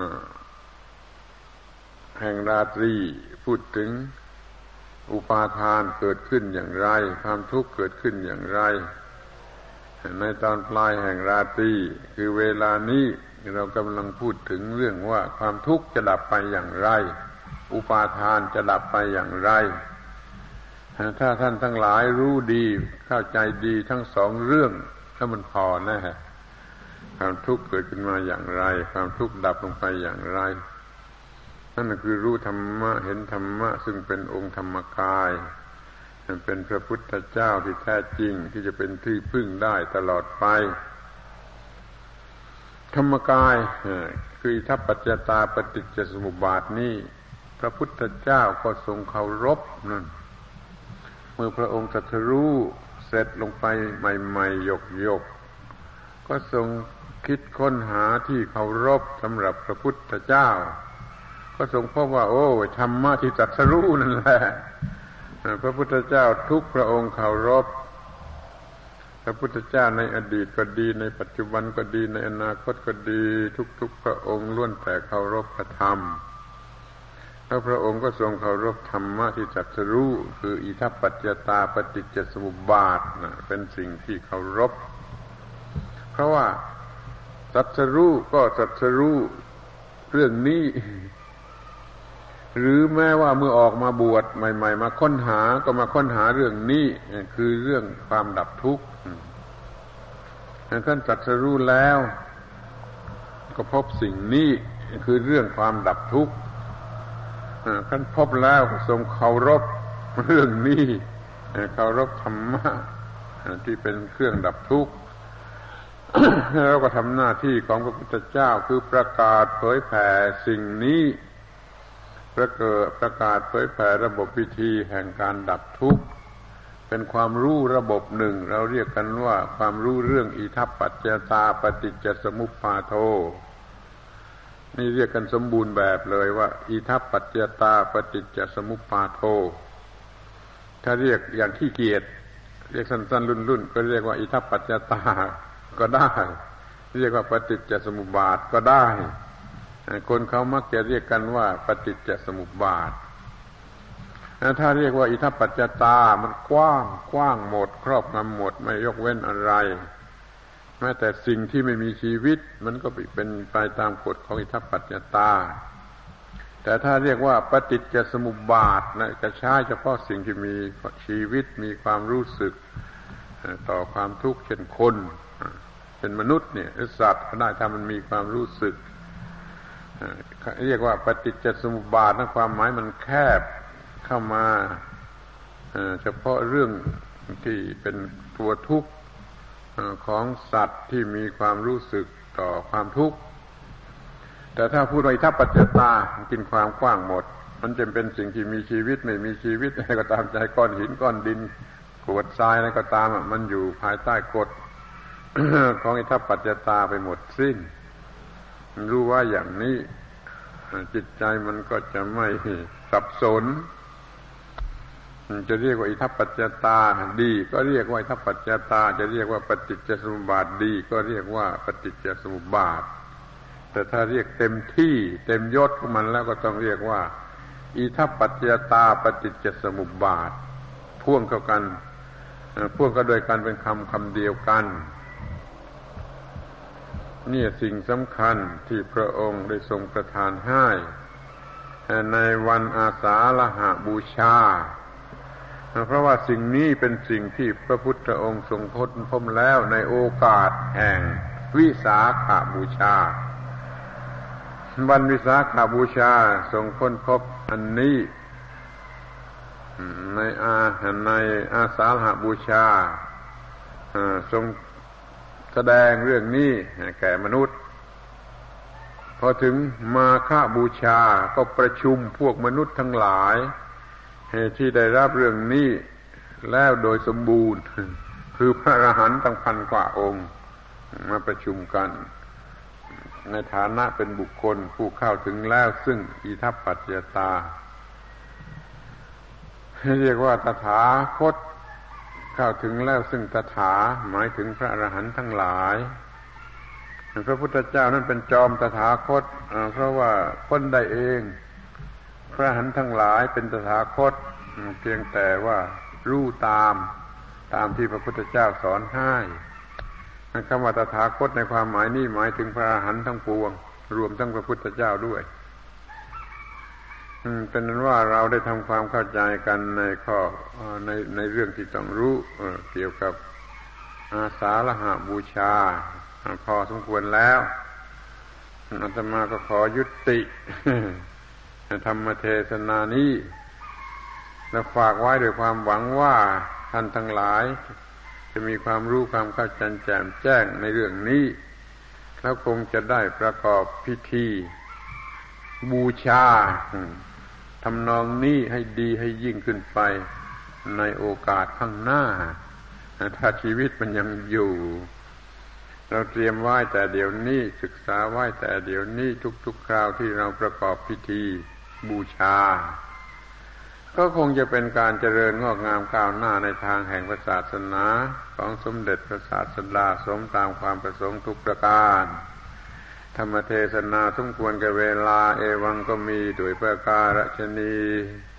แห่งราตรีพูดถึงอุปาทานเกิดขึ้นอย่างไรความทุกข์เกิดขึ้นอย่างไรในตอนปลายแห่งราตรีคือเวลานี้เรากำลังพูดถึงเรื่องว่าความทุกข์จะดับไปอย่างไรอุปาทานจะดับไปอย่างไรถ้าท่านทั้งหลายรู้ดีเข้าใจดีทั้งสองเรื่องถ้ามันพอแน่ความทุกข์เกิดขึ้นมาอย่างไรความทุกข์ดับลงไปอย่างไรนั่นคือรู้ธรรมะเห็นธรรมะซึ่งเป็นองค์ธรรมกายเป็นพระพุทธเจ้าที่แท้จริงที่จะเป็นที่พึ่งได้ตลอดไปธรรมกายคืออิทัปปัจจตาปฏิจจสมุปบาทนี้พระพุทธเจ้าก็ทรงเคารพนั่นเมื่อพระองค์ตรัสรู้เสร็จลงไปใหม่ๆหยกๆก็ทรงคิดค้นหาที่เคารพสำหรับพระพุทธเจ้าก็ทรงพบว่าโอ้ธรรมะที่ตรัสรู้นั่นแหละพระพุทธเจ้าทุกพระองค์เคารพพระพุทธเจ้าในอดีตก็ดีในปัจจุบันก็ดีในอนาคตก็ดีทุกๆพระองค์ล้วนแต่เคารพพระธรรมแล้วพระองค์ก็ทรงเคารพธรรมะที่ตรัสรู้คืออิทัปปัจจตาปฏิจจสมุปบาทนะเป็นสิ่งที่เคารพเพราะว่าตรัสรู้ก็ตรัสรู้เรื่องนี้หรือแม้ว่าเมื่อออกมาบวชใหม่ๆมาค้นหาก็มาค้นหาเรื่องนี้คือเรื่องความดับทุกข์ท่านตรัสรู้แล้วก็พบสิ่งนี้คือเรื่องความดับทุกข์ท่านพบแล้วก็ทรงเคารพเรื่องนี้เคารพธรรมะที่เป็นเครื่องดับทุกข์แล้วก็ทำหน้าที่ของพระพุทธเจ้าคือประกาศเผยแผ่สิ่งนี้ประกาศประกาศเผยแผ่ระบบวิธีแห่งการดับทุกข์เป็นความรู้ระบบหนึ่งเราเรียกกันว่าความรู้เรื่องอิทัปปัจจยตาปฏิจจสมุปบาทโธนี่เรียกกันสมบูรณ์แบบเลยว่าอิทัปปัจจยตาปฏิจจสมุปบาทโธถ้าเรียกอย่างขี้เกียจเรียกสั้นๆรุ่นๆก็เรียกว่าอิทัปปัจจยตาก็ได้เรียกว่าปฏิจจสมุปบาทก็ได้คนเขามักจะเรียกกันว่าปฏิจจสมุปบาทถ้าเรียกว่าอิทัปปัจจยตามันกว้างกว้างหมดครอบงำหมดไม่ยกเว้นอะไรแม้แต่สิ่งที่ไม่มีชีวิตมันก็เป็นไปตามกฎของอิทัปปัจจยตาแต่ถ้าเรียกว่าปฏิจจสมุปบาทนะจะใช้เฉพาะสิ่งที่มีชีวิตมีความรู้สึกต่อความทุกข์เช่นคนเป็นมนุษย์เนี่ยหรือสัตว์ก็ได้ถ้ามันมีความรู้สึกเรียกว่าปฏิจจสมุปบาทนะความหมายมันแคบเข้ามาเฉพาะเรื่องที่เป็นตัวทุกข์ของสัตว์ที่มีความรู้สึกต่อความทุกข์แต่ถ้าพูดว่าอิทัปปัจจยตากินความกว้างหมดมันจะเป็นสิ่งที่มีชีวิตไม่มีชีวิตอะไรก็ตามใจก้อนหินก้อนดินกรวดทรายอะไรก็ตามมันอยู่ภายใต้กฎ ของอิทัปปัจจยตาไปหมดสิ้นรู้ว่าอย่างนี้จิตใจมันก็จะไม่สับสนจะเรียกว่าอิทัปปัจจยตาดีก็เรียกว่าอิทัปปัจจยตาจะเรียกว่าปฏิจจสมุปบาทดีก็เรียกว่าปฏิจจสมุปบาทแต่ถ้าเรียกเต็มที่เต็มยศของมันแล้วก็ต้องเรียกว่าอิทัปปัจจยตาปฏิจจสมุปบาทพ่วงเข้ากันพ่วงกันโดยการเป็นคำคำเดียวกันนี่สิ่งสำคัญที่พระองค์ได้ทรงประทานให้ในวันอาสาฬหบูชาเพราะว่าสิ่งนี้เป็นสิ่งที่พระพุทธองค์ทรงค้นพบแล้วในโอกาสแห่งวิสาขบูชาวันวิสาขบูชาทรงค้นพบอันนี้ในอาในอาสาฬหบูชาทรงแสดงเรื่องนี้แก่มนุษย์พอถึงมาฆบูชาก็ประชุมพวกมนุษย์ทั้งหลายที่ได้รับเรื่องนี้แล้วโดยสมบูรณ์คือพระอรหันต์ตั้งพันกว่าองค์มาประชุมกันในฐานะเป็นบุคคลผู้เข้าถึงแล้วซึ่งอิทัปปัจจยตาเรียกว่าตถาคตเข้าถึงแล้วซึ่งตถาหมายถึงพระอรหันต์ทั้งหลายพระพุทธเจ้านั้นเป็นจอมตถาคตเพราะว่าพ้นได้เองพระอรหันต์ทั้งหลายเป็นตถาคตเพียงแต่ว่ารู้ตามตามที่พระพุทธเจ้าสอนให้คำว่าตถาคตในความหมายนี้หมายถึงพระอรหันต์ทั้งปวงรวมทั้งพระพุทธเจ้าด้วยเป็นนั้นว่าเราได้ทำความเข้าใจกันในข้อในในเรื่องที่ต้องรู้เกี่ยวกับอาสาฬหบูชาพอสมควรแล้วอาตมาก็ขอยุติธรรมเทศนานี้และฝากไว้ด้วยความหวังว่าท่านทั้งหลายจะมีความรู้ความเข้าใจแจ่มแจ้งในเรื่องนี้แล้วคงจะได้ประกอบพิธีบูชาทำนองนี้ให้ดีให้ยิ่งขึ้นไปในโอกาสข้างหน้าถ้าชีวิตมันยังอยู่เราเตรียมไว้แต่เดี๋ยวนี้ศึกษาไว้แต่เดี๋ยวนี้ทุกๆคราวที่เราประกอบพิธีบูชาก็คงจะเป็นการเจริญงอกงามก้าวหน้าในทางแห่งศาสนาของสมเด็จพระศาสดาสมตามความประสงค์ทุกประการธรรมเทศนาสมควรแก่เวลาเอวังก็มีด้วยประการฉะนี้